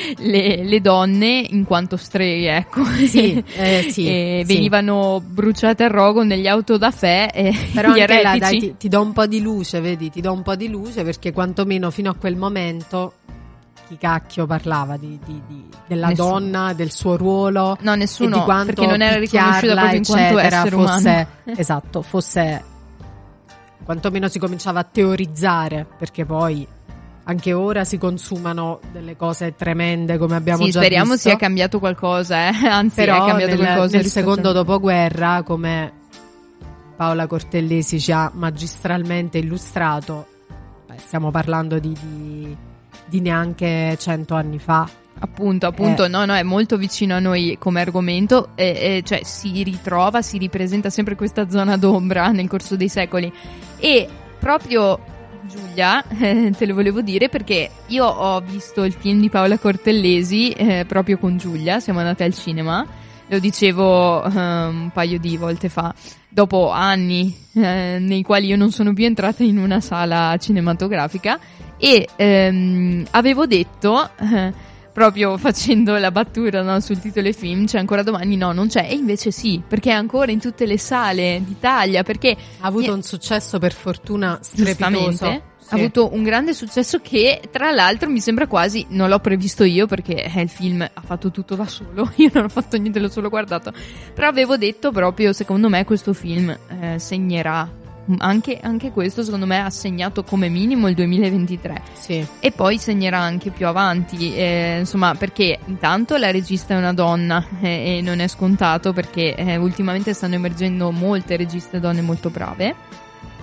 le donne in quanto streghe, ecco. Sì, e sì. venivano bruciate a rogo negli auto-da-fè e Però gli anche là, eretici. dai, ti do un po' di luce, vedi, perché quantomeno fino a quel momento chi cacchio parlava della Nessuno. donna, del suo ruolo? No, nessuno, e di quanto perché non era riconosciuta picchiarla, proprio in quanto eccetera, essere fosse, umano. esatto, fosse, quantomeno si cominciava a teorizzare, perché poi anche ora si consumano delle cose tremende, come abbiamo già speriamo visto. sia cambiato qualcosa, anzi Però è cambiato qualcosa nel rispetto secondo dopoguerra, come Paola Cortellesi ci ha magistralmente illustrato, stiamo parlando di neanche 100 anni fa. Appunto, no, è molto vicino a noi come argomento, cioè si ripresenta sempre questa zona d'ombra nel corso dei secoli. E proprio, Giulia, te lo volevo dire perché io ho visto il film di Paola Cortellesi proprio con Giulia, siamo andate al cinema, lo dicevo un paio di volte fa, dopo anni nei quali io non sono più entrata in una sala cinematografica, e avevo detto, proprio facendo la battuta, no, sul titolo del film, c'è ancora domani? No, non c'è, e invece sì, perché è ancora in tutte le sale d'Italia, perché ha avuto un successo per fortuna strepitoso. Giustamente. Sì. Ha avuto un grande successo che tra l'altro mi sembra quasi, non l'ho previsto io perché il film ha fatto tutto da solo, io non ho fatto niente, l'ho solo guardato, però avevo detto proprio, secondo me questo film segnerà, anche questo secondo me ha segnato come minimo il 2023, sì. E poi segnerà anche più avanti, insomma, perché intanto la regista è una donna e non è scontato, perché ultimamente stanno emergendo molte registe donne molto brave.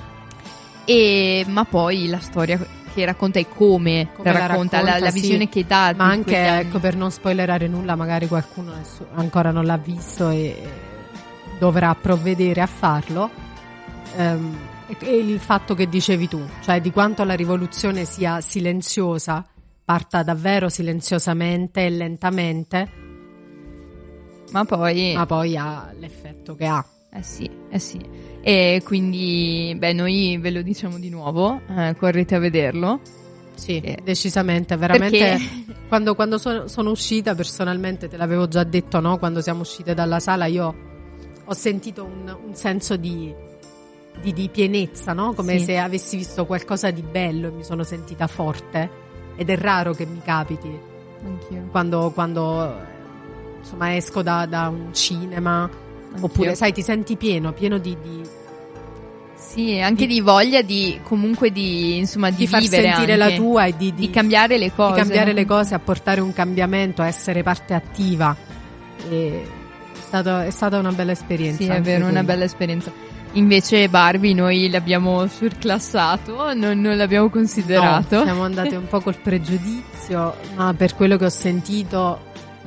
Ma poi la storia che racconta e come la racconta, la visione sì. che dà. Ma anche, ecco, per non spoilerare nulla, magari qualcuno ancora non l'ha visto e dovrà provvedere a farlo, e il fatto che dicevi tu, cioè di quanto la rivoluzione sia silenziosa, parta davvero silenziosamente e lentamente, ma poi ha l'effetto che ha. Eh sì. E quindi, noi ve lo diciamo di nuovo, correte a vederlo. Sì, decisamente, veramente. Perché... Quando sono uscita, personalmente, te l'avevo già detto, no? Quando siamo uscite dalla sala, io ho sentito un senso di pienezza, no? Come se avessi visto qualcosa di bello e mi sono sentita forte. Ed è raro che mi capiti. Anch'io. Quando insomma esco da un cinema. Anch'io. Oppure, sai, ti senti pieno di sì, anche di voglia di comunque di far sentire anche, la tua e di cambiare le cose. Di cambiare le cose, a portare un cambiamento, a essere parte attiva. È stata una bella esperienza. Sì, è vero, una bella esperienza. Invece Barbie noi l'abbiamo surclassato, non l'abbiamo considerato. No, siamo andate un po' col pregiudizio, ma per quello che ho sentito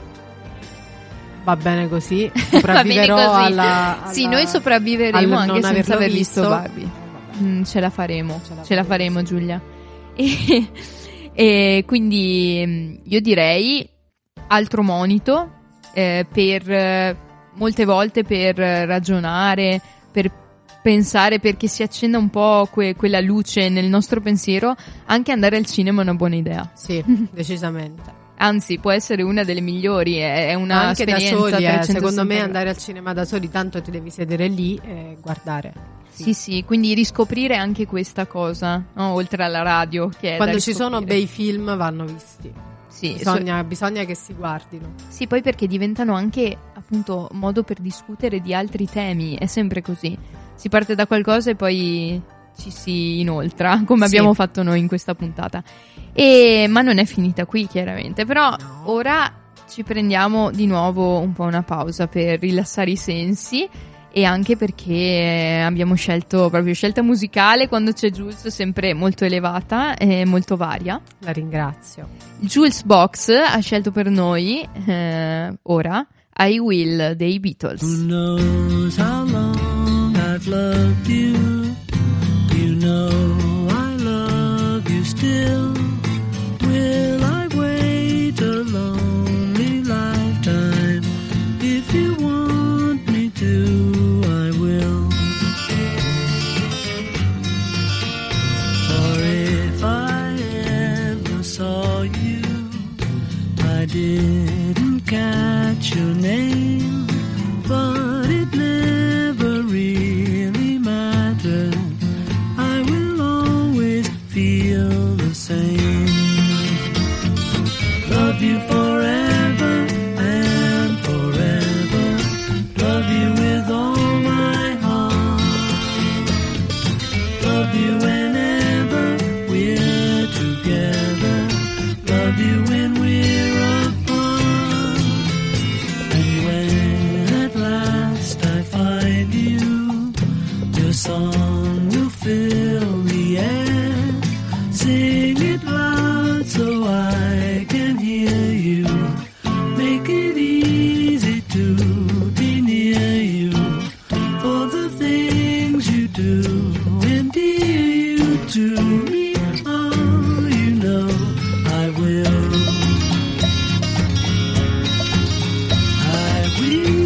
va bene così, sopravviverò alla sì, noi sopravviveremo anche senza aver visto Barbie. Ce la faremo Giulia. E quindi io direi altro monito per molte volte per ragionare, per pensare, perché si accenda un po' quella luce nel nostro pensiero, anche andare al cinema è una buona idea. Sì, decisamente. Anzi, può essere una delle migliori, è una Anche da esperienza soli, 360 secondo me gradi. andare al cinema da soli, tanto ti devi sedere lì e guardare. Sì, quindi riscoprire anche questa cosa, no? Oltre alla radio, che è Quando da ci sono riscoprire. bei film vanno visti. Sì, Bisogna che si guardino. sì, poi perché diventano anche appunto modo per discutere di altri temi, è sempre così. Si parte da qualcosa e poi ci si inoltra, come Sì. abbiamo fatto noi in questa puntata. Ma non è finita qui, chiaramente, però ora ci prendiamo di nuovo un po' una pausa per rilassare i sensi. E anche perché abbiamo scelto proprio scelta musicale, quando c'è Jules, sempre molto elevata e molto varia. La ringrazio. Jules Box ha scelto per noi ora I Will dei Beatles. Who knows how long I've loved you? You know I love you still. Will I wait a lonely lifetime? If you want me to, I will. For if I ever saw you, I didn't catch your name, but it never really mattered. I will always feel the same. Love you forever and forever. Love you with all my heart. Love you whenever we're together. Love you when we're apart. And when at last I find you, your song will fill the air. Sing it loud so I can hear you. Make it easy to be near you. For the things you do endear you to me. Oh, you know I will. I will.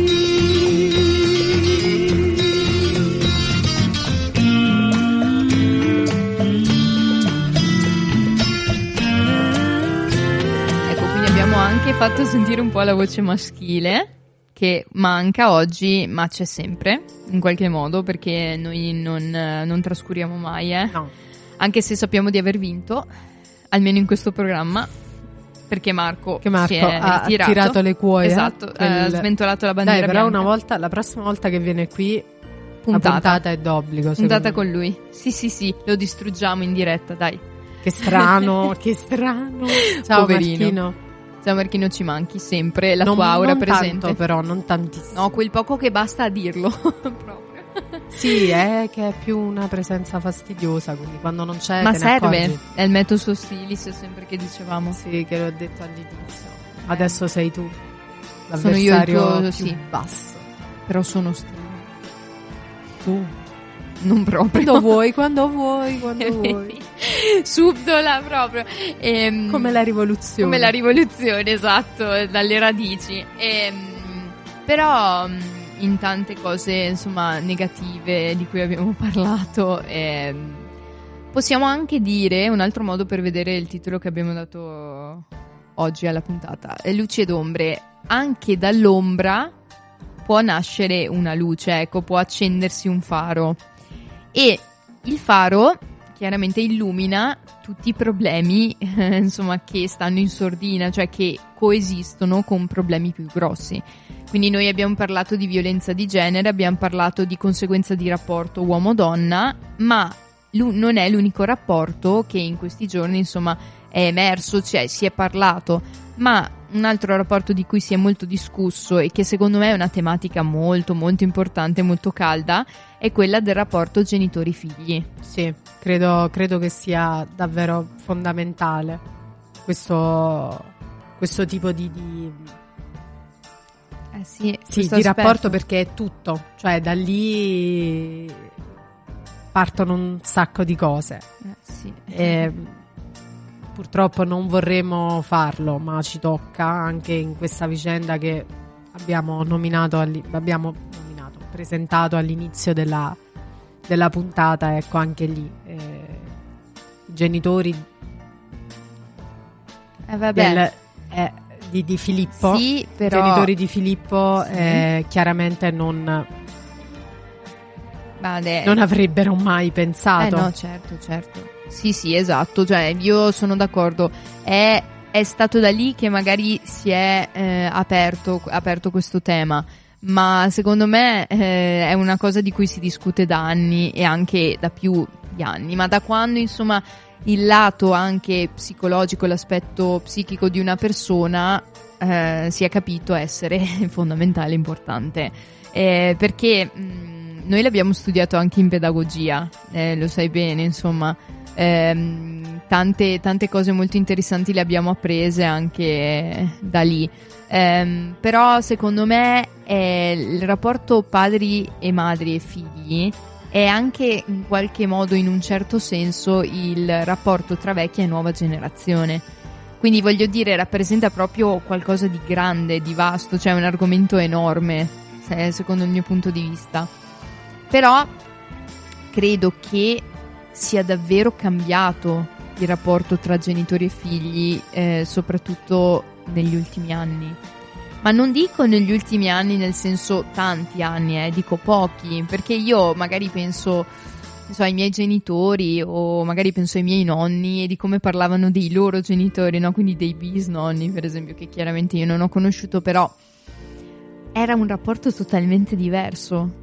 Ecco, quindi abbiamo anche fatto sentire un po' la voce maschile, che manca oggi, ma c'è sempre, in qualche modo, perché noi non trascuriamo mai, No. Anche se sappiamo di aver vinto, almeno in questo programma, perché Marco si è ha ritirato. tirato le cuoia. Esatto, ha sventolato la bandiera Dai, però bianca. la prossima volta che viene qui, Puntata. la puntata è d'obbligo. Puntata secondo con lui. Sì, lo distruggiamo in diretta, dai. me. Che strano, che strano. Ciao Poverino. Marchino. Ciao Marchino, ci manchi sempre la Non- tua aura non presente. tanto però, non tantissimo. No, quel poco che basta a dirlo. Proprio. Sì, è che è più una presenza fastidiosa, quindi quando non c'è Ma te ne serve, accorgi. è il metodo stilis sempre che dicevamo. Sì, che l'ho detto all'inizio. Adesso sei tu Sono io il l'avversario tuo, più sì. basso. Però sono stile. Tu. Non proprio. Quando vuoi. Subdola proprio. Come la rivoluzione. Come la rivoluzione, esatto, dalle radici. Però in tante cose, insomma, negative di cui abbiamo parlato, possiamo anche dire, un altro modo per vedere il titolo che abbiamo dato oggi alla puntata, luci ed ombre. Anche dall'ombra può nascere una luce, ecco, può accendersi un faro. E il faro chiaramente illumina tutti i problemi, insomma, che stanno in sordina, cioè che coesistono con problemi più grossi. Quindi noi abbiamo parlato di violenza di genere, abbiamo parlato di conseguenza di rapporto uomo-donna, ma non è l'unico rapporto che in questi giorni, insomma, è emerso, cioè si è parlato, ma un altro rapporto di cui si è molto discusso e che secondo me è una tematica molto molto importante, molto calda, è quella del rapporto genitori-figli. Sì, credo che sia davvero fondamentale questo tipo di Sì, di rapporto, perché è tutto, cioè da lì partono un sacco di cose. Sì. E purtroppo non vorremmo farlo, ma ci tocca anche in questa vicenda che abbiamo presentato all'inizio della della puntata, ecco, anche lì i genitori di Filippo, sì, però, i genitori di Filippo sì, chiaramente non avrebbero mai pensato. No, certo. Sì, esatto, cioè io sono d'accordo. È stato da lì che magari si è aperto questo tema, ma secondo me è una cosa di cui si discute da anni e anche da più di anni, ma da quando insomma il lato anche psicologico, l'aspetto psichico di una persona si è capito essere fondamentale, importante, perché noi l'abbiamo studiato anche in pedagogia, lo sai bene, insomma, tante cose molto interessanti le abbiamo apprese anche da lì, però secondo me il rapporto padri e madri e figli è anche in qualche modo, in un certo senso, il rapporto tra vecchia e nuova generazione. Quindi voglio dire, rappresenta proprio qualcosa di grande, di vasto, cioè un argomento enorme, secondo il mio punto di vista. Però credo che sia davvero cambiato il rapporto tra genitori e figli, soprattutto negli ultimi anni. Ma non dico negli ultimi anni nel senso tanti anni, dico pochi, perché io magari penso, non so, ai miei genitori o magari penso ai miei nonni e di come parlavano dei loro genitori, no? Quindi dei bisnonni, per esempio, che chiaramente io non ho conosciuto, però era un rapporto totalmente diverso,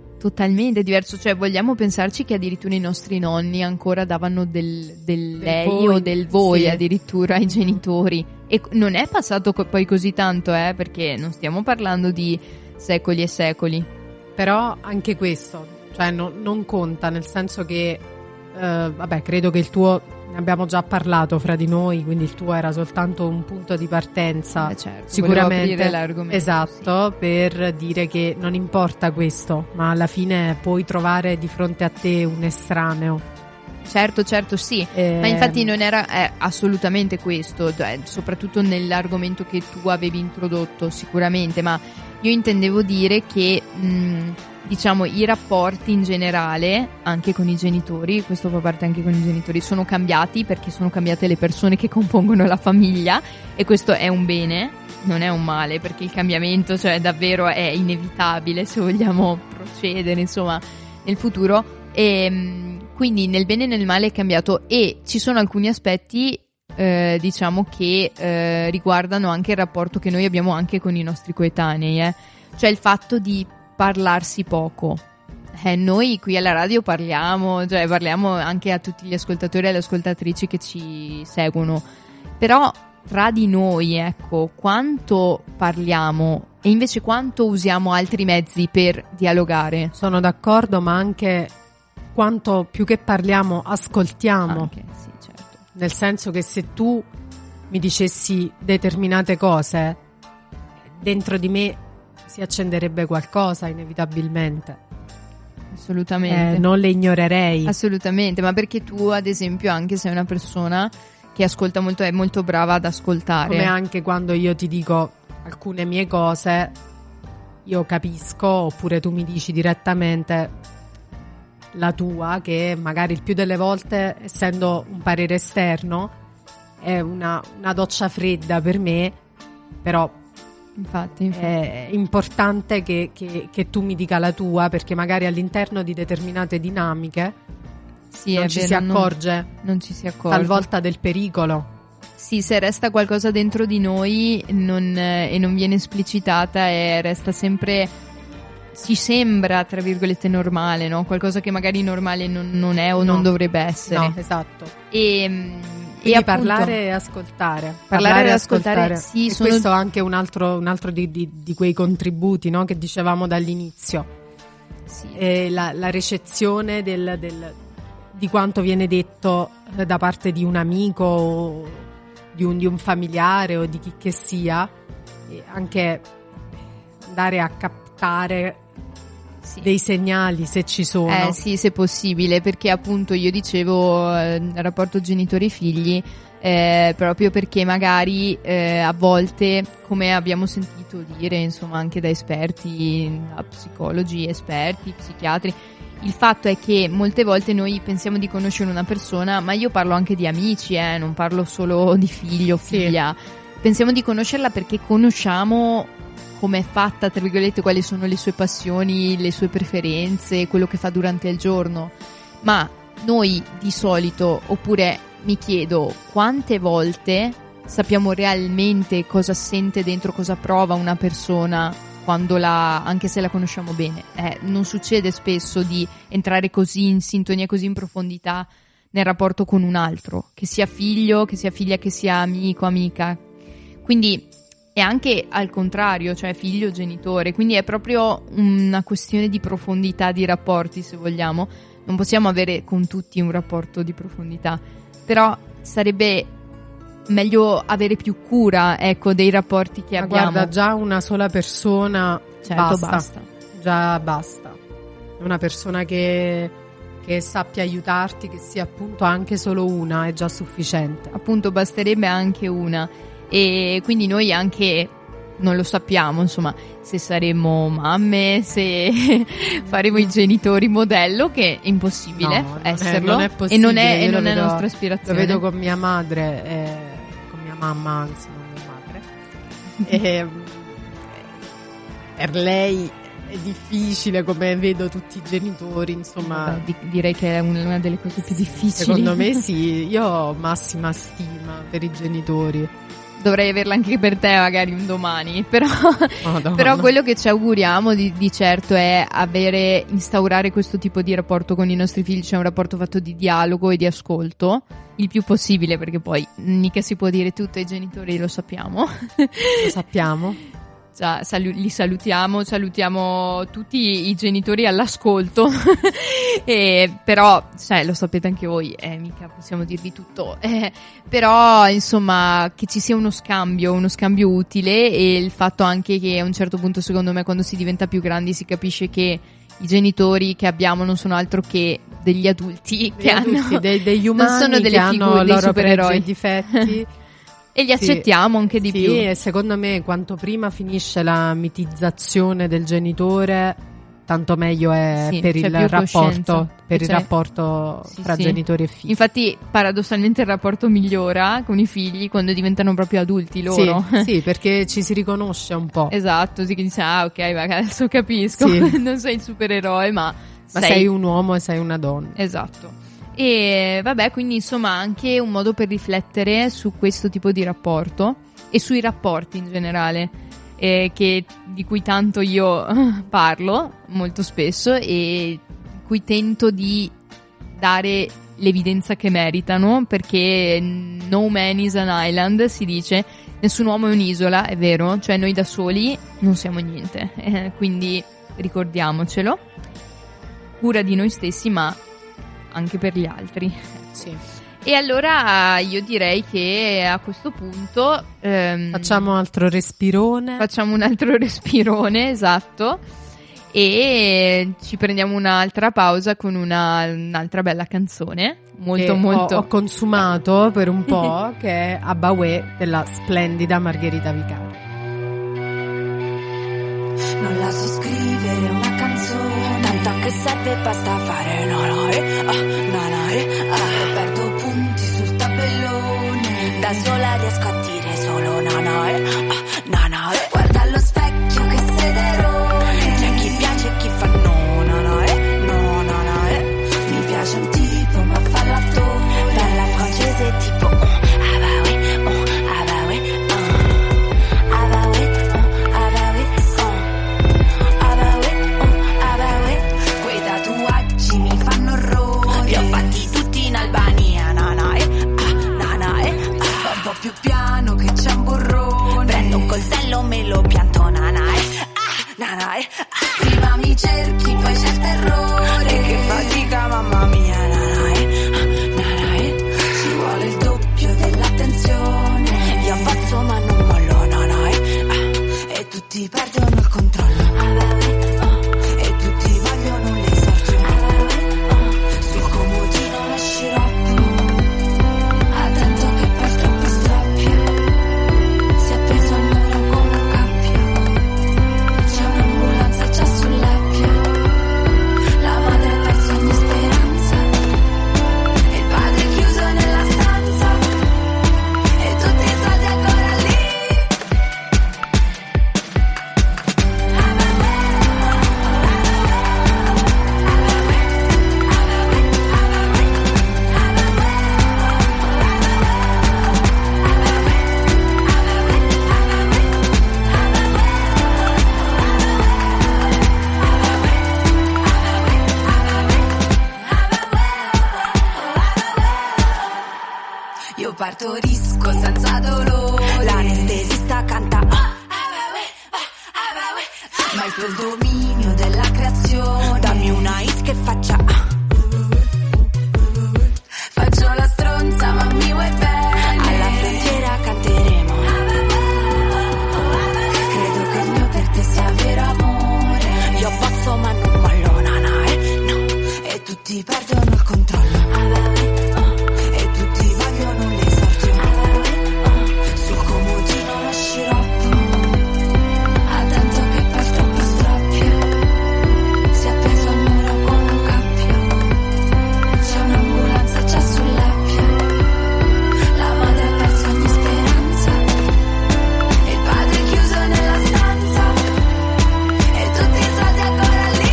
cioè vogliamo pensarci che addirittura i nostri nonni ancora davano del lei voi, o del voi, sì, addirittura ai genitori, e non è passato poi così tanto, perché non stiamo parlando di secoli e secoli. Però anche questo, cioè non conta, nel senso che vabbè, credo che il tuo, ne abbiamo già parlato fra di noi, quindi il tuo era soltanto un punto di partenza, certo, sicuramente, l'argomento, esatto, sì, per dire che non importa questo, ma alla fine puoi trovare di fronte a te un estraneo. Certo, sì, ma infatti non era assolutamente questo, soprattutto nell'argomento che tu avevi introdotto, sicuramente, ma io intendevo dire che diciamo i rapporti in generale anche con i genitori, questo fa parte anche con i genitori, sono cambiati perché sono cambiate le persone che compongono la famiglia, e questo è un bene, non è un male, perché il cambiamento, cioè davvero è inevitabile se vogliamo procedere insomma nel futuro, e quindi nel bene e nel male è cambiato, e ci sono alcuni aspetti diciamo che riguardano anche il rapporto che noi abbiamo anche con i nostri coetanei, cioè il fatto di parlarsi poco. Noi qui alla radio parliamo anche a tutti gli ascoltatori e alle ascoltatrici che ci seguono, però tra di noi, ecco, quanto parliamo e invece quanto usiamo altri mezzi per dialogare. Sono d'accordo, ma anche quanto più che parliamo ascoltiamo. Anche, sì, certo. Nel senso che se tu mi dicessi determinate cose, dentro di me si accenderebbe qualcosa inevitabilmente. Assolutamente. Non le ignorerei. Assolutamente, ma perché tu ad esempio anche sei una persona che ascolta molto, è molto brava ad ascoltare. Come anche quando io ti dico alcune mie cose, io capisco, oppure tu mi dici direttamente la tua, che magari il più delle volte, essendo un parere esterno, è una doccia fredda per me, però infatti. È importante che tu mi dica la tua, perché magari all'interno di determinate dinamiche non ci si accorge, non ci si accorge talvolta del pericolo. Sì, se resta qualcosa dentro di noi e non viene esplicitata, e resta sempre, ci sembra tra virgolette normale, no? Qualcosa che magari normale non è o non dovrebbe essere. No, esatto. E appunto, parlare e ascoltare. Parlare e ascoltare, sì, e questo è anche un altro di quei contributi, no, che dicevamo dall'inizio. Sì. E la recezione di quanto viene detto da parte di un amico o di un familiare o di chi che sia, e anche andare a captare dei segnali, se ci sono. Sì, se possibile, perché appunto io dicevo rapporto genitori-figli, proprio perché magari a volte, come abbiamo sentito dire insomma anche da esperti, da psicologi esperti, psichiatri, il fatto è che molte volte noi pensiamo di conoscere una persona, ma io parlo anche di amici, non parlo solo di figlio o figlia. Pensiamo di conoscerla perché conosciamo come è fatta, tra virgolette, quali sono le sue passioni, le sue preferenze, quello che fa durante il giorno. Ma noi di solito, oppure mi chiedo, quante volte sappiamo realmente cosa sente dentro, cosa prova una persona quando anche se la conosciamo bene? Non succede spesso di entrare così in sintonia, così in profondità nel rapporto con un altro, che sia figlio, che sia figlia, che sia amico, amica. Quindi è anche al contrario, cioè figlio, genitore, quindi è proprio una questione di profondità di rapporti, se vogliamo. Non possiamo avere con tutti un rapporto di profondità, però sarebbe meglio avere più cura, ecco, dei rapporti che abbiamo. Guarda, già una sola persona, certo, basta. Già basta. Una persona che sappia aiutarti, che sia appunto anche solo una, è già sufficiente. Appunto, basterebbe anche una. E quindi noi anche non lo sappiamo, insomma, se saremo mamme, se faremo i genitori modello, che è impossibile esserlo, non è possibile, e non è nostra aspirazione. Lo vedo con mia madre, con mia mamma, anzi non mia madre. E per lei è difficile, come vedo tutti i genitori, insomma. Direi che è una delle cose più difficili. Secondo me sì, io ho massima stima per i genitori. Dovrei averla anche per te magari un domani, però quello che ci auguriamo di certo è instaurare questo tipo di rapporto con i nostri figli, cioè un rapporto fatto di dialogo e di ascolto il più possibile, perché poi mica si può dire tutto ai genitori, lo sappiamo. Lo sappiamo. Già, li salutiamo tutti i genitori all'ascolto. Però lo sapete anche voi, mica possiamo dirvi tutto, però insomma che ci sia uno scambio utile, e il fatto anche che a un certo punto, secondo me, quando si diventa più grandi si capisce che i genitori che abbiamo non sono altro che degli adulti degli umani, non sono delle che figure, hanno dei loro supereroi pregi e difetti. E li accettiamo anche di più. E secondo me quanto prima finisce la mitizzazione del genitore, tanto meglio è per il rapporto, fra genitori e figli. Infatti paradossalmente il rapporto migliora con i figli quando diventano proprio adulti loro. Sì, perché ci si riconosce un po'. Esatto, si dice ok, adesso capisco, non sei il supereroe, ma sei un uomo e sei una donna. Esatto. E vabbè, quindi insomma anche un modo per riflettere su questo tipo di rapporto e sui rapporti in generale, di cui tanto io parlo molto spesso e cui tento di dare l'evidenza che meritano, perché no man is an island, si dice, nessun uomo è un'isola, è vero, cioè noi da soli non siamo niente, quindi ricordiamocelo, cura di noi stessi, ma anche per gli altri. Sì. E allora io direi che a questo punto facciamo un altro respirone, esatto, e ci prendiamo un'altra pausa con un'altra bella canzone molto ho consumato per un po', che è Abbaoué della splendida Margherita Vicari. Non la so scrivere una canzone, tanto che serve basta fare perdo punti sul tabellone, da sola riesco a dire solo guarda allo specchio che sederone, c'è chi piace e chi fa mi piace un tipo ma fa l'attore, parla francese tipo più piano che c'è un burrone, prendo partorisco senza dolore. L'anestesista canta ma il tuo il dominio della creazione. Dammi una hit che faccia faccio la stronza ma mi vuoi bene. Alla frontiera canteremo. Credo che il mio per te sia vero amore. Io posso ma non mollo, no. E tutti perdono il controllo. E tutti vogliono l'esordio. Sul comodino lo sciroppo. Attento che poi troppo stroppio. Si è appeso al muro con un cappio. C'è un'ambulanza già sull'appio. La madre ha perso ogni speranza. E il padre chiuso nella stanza. E tutti i soldi ancora lì.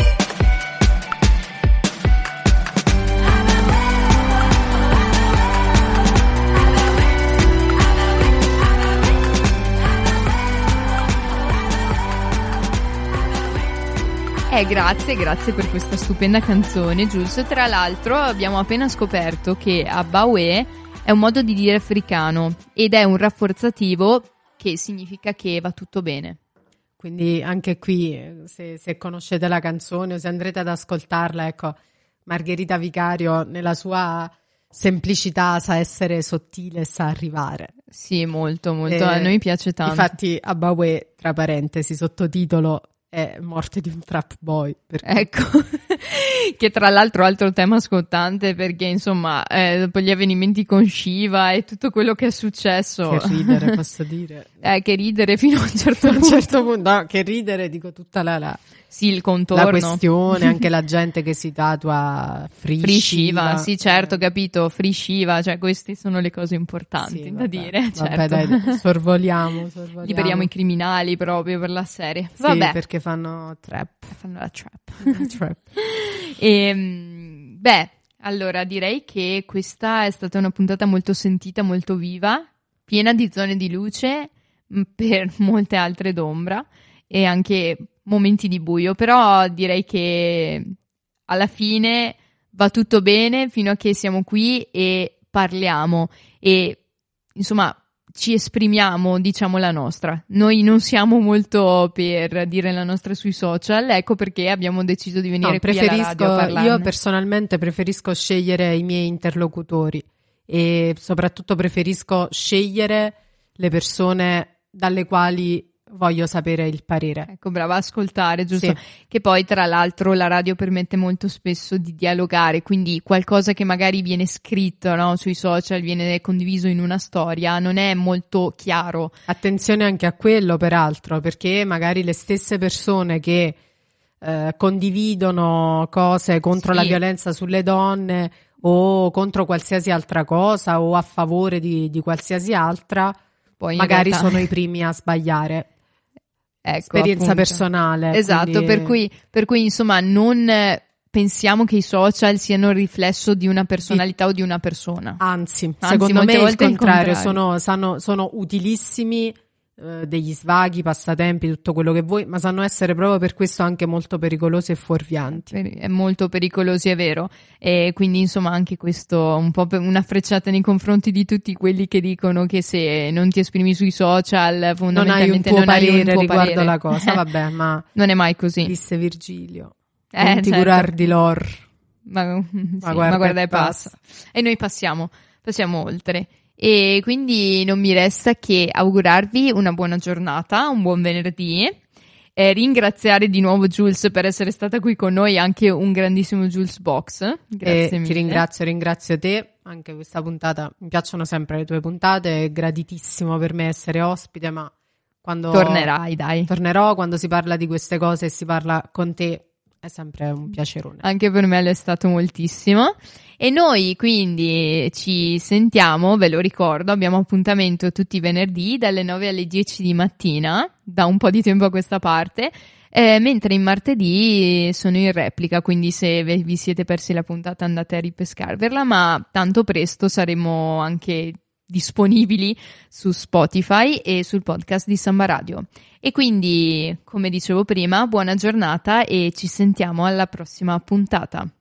Grazie per questa stupenda canzone, Jules. Tra l'altro abbiamo appena scoperto che Abbawe è un modo di dire africano ed è un rafforzativo che significa che va tutto bene. Quindi anche qui, se conoscete la canzone o se andrete ad ascoltarla, ecco, Margherita Vicario nella sua semplicità sa essere sottile e sa arrivare. Sì, molto, a noi piace tanto. Infatti Abbawe, tra parentesi, sottotitolo è morte di un trap boy. Ecco, che tra l'altro altro tema scottante perché insomma dopo gli avvenimenti con Shiva e tutto quello che è successo. Che ridere, posso dire. Che ridere fino a un certo punto. No, che ridere, dico tutta sì, il contorno. La questione, anche la gente che si tatua Free Shiva. Sì, certo, capito, Free Shiva, cioè queste sono le cose importanti sì, da dire. Vabbè, certo. dai, sorvoliamo. Liberiamo i criminali proprio per la serie. Sì, vabbè. perché fanno trap. Fanno la trap. Allora direi che questa è stata una puntata molto sentita, molto viva, piena di zone di luce per molte altre d'ombra e anche momenti di buio, però direi che alla fine va tutto bene fino a che siamo qui e parliamo e insomma ci esprimiamo, diciamo la nostra. Noi non siamo molto per dire la nostra sui social, ecco perché abbiamo deciso di venire qui alla radio a parlarne. Io personalmente preferisco scegliere i miei interlocutori e soprattutto preferisco scegliere le persone dalle quali voglio sapere il parere. Ecco, brava, ascoltare, giusto? Sì. Che poi tra l'altro la radio permette molto spesso di dialogare, quindi qualcosa che magari viene scritto, no, sui social, viene condiviso in una storia, non è molto chiaro. Attenzione anche a quello, peraltro, perché magari le stesse persone che condividono cose contro la violenza sulle donne o contro qualsiasi altra cosa o a favore di qualsiasi altra, poi magari sono i primi a sbagliare. Ecco, esperienza appunto. Personale. Esatto, quindi... per cui insomma non pensiamo che i social siano il riflesso di una personalità o di una persona. Anzi secondo me è il contrario. Sono utilissimi, degli svaghi, passatempi, tutto quello che vuoi, ma sanno essere proprio per questo anche molto pericolosi e fuorvianti. È molto pericolosi, è vero, e quindi insomma anche questo un po' una frecciata nei confronti di tutti quelli che dicono che se non ti esprimi sui social fondamentalmente non hai un tuo riguardo parere. la cosa, vabbè, ma non è mai così. Disse Virgilio, non ti certo. curar di lor, ma guarda e passa. E noi passiamo oltre. E quindi non mi resta che augurarvi una buona giornata, un buon venerdì, ringraziare di nuovo Jules per essere stata qui con noi, anche un grandissimo Jules Box. Grazie mille. Ti ringrazio te, anche questa puntata, mi piacciono sempre le tue puntate, è graditissimo per me essere ospite, ma quando tornerai, dai. Tornerò, quando si parla di queste cose e si parla con te è sempre un piacerone. Anche per me l'è stato moltissimo. E noi quindi ci sentiamo, ve lo ricordo, abbiamo appuntamento tutti i venerdì dalle 9 alle 10 di mattina, da un po' di tempo a questa parte, mentre in martedì sono in replica, quindi se vi siete persi la puntata andate a ripescarvela, ma tanto presto saremo anche disponibili su Spotify e sul podcast di Samba Radio. E quindi, come dicevo prima, buona giornata e ci sentiamo alla prossima puntata.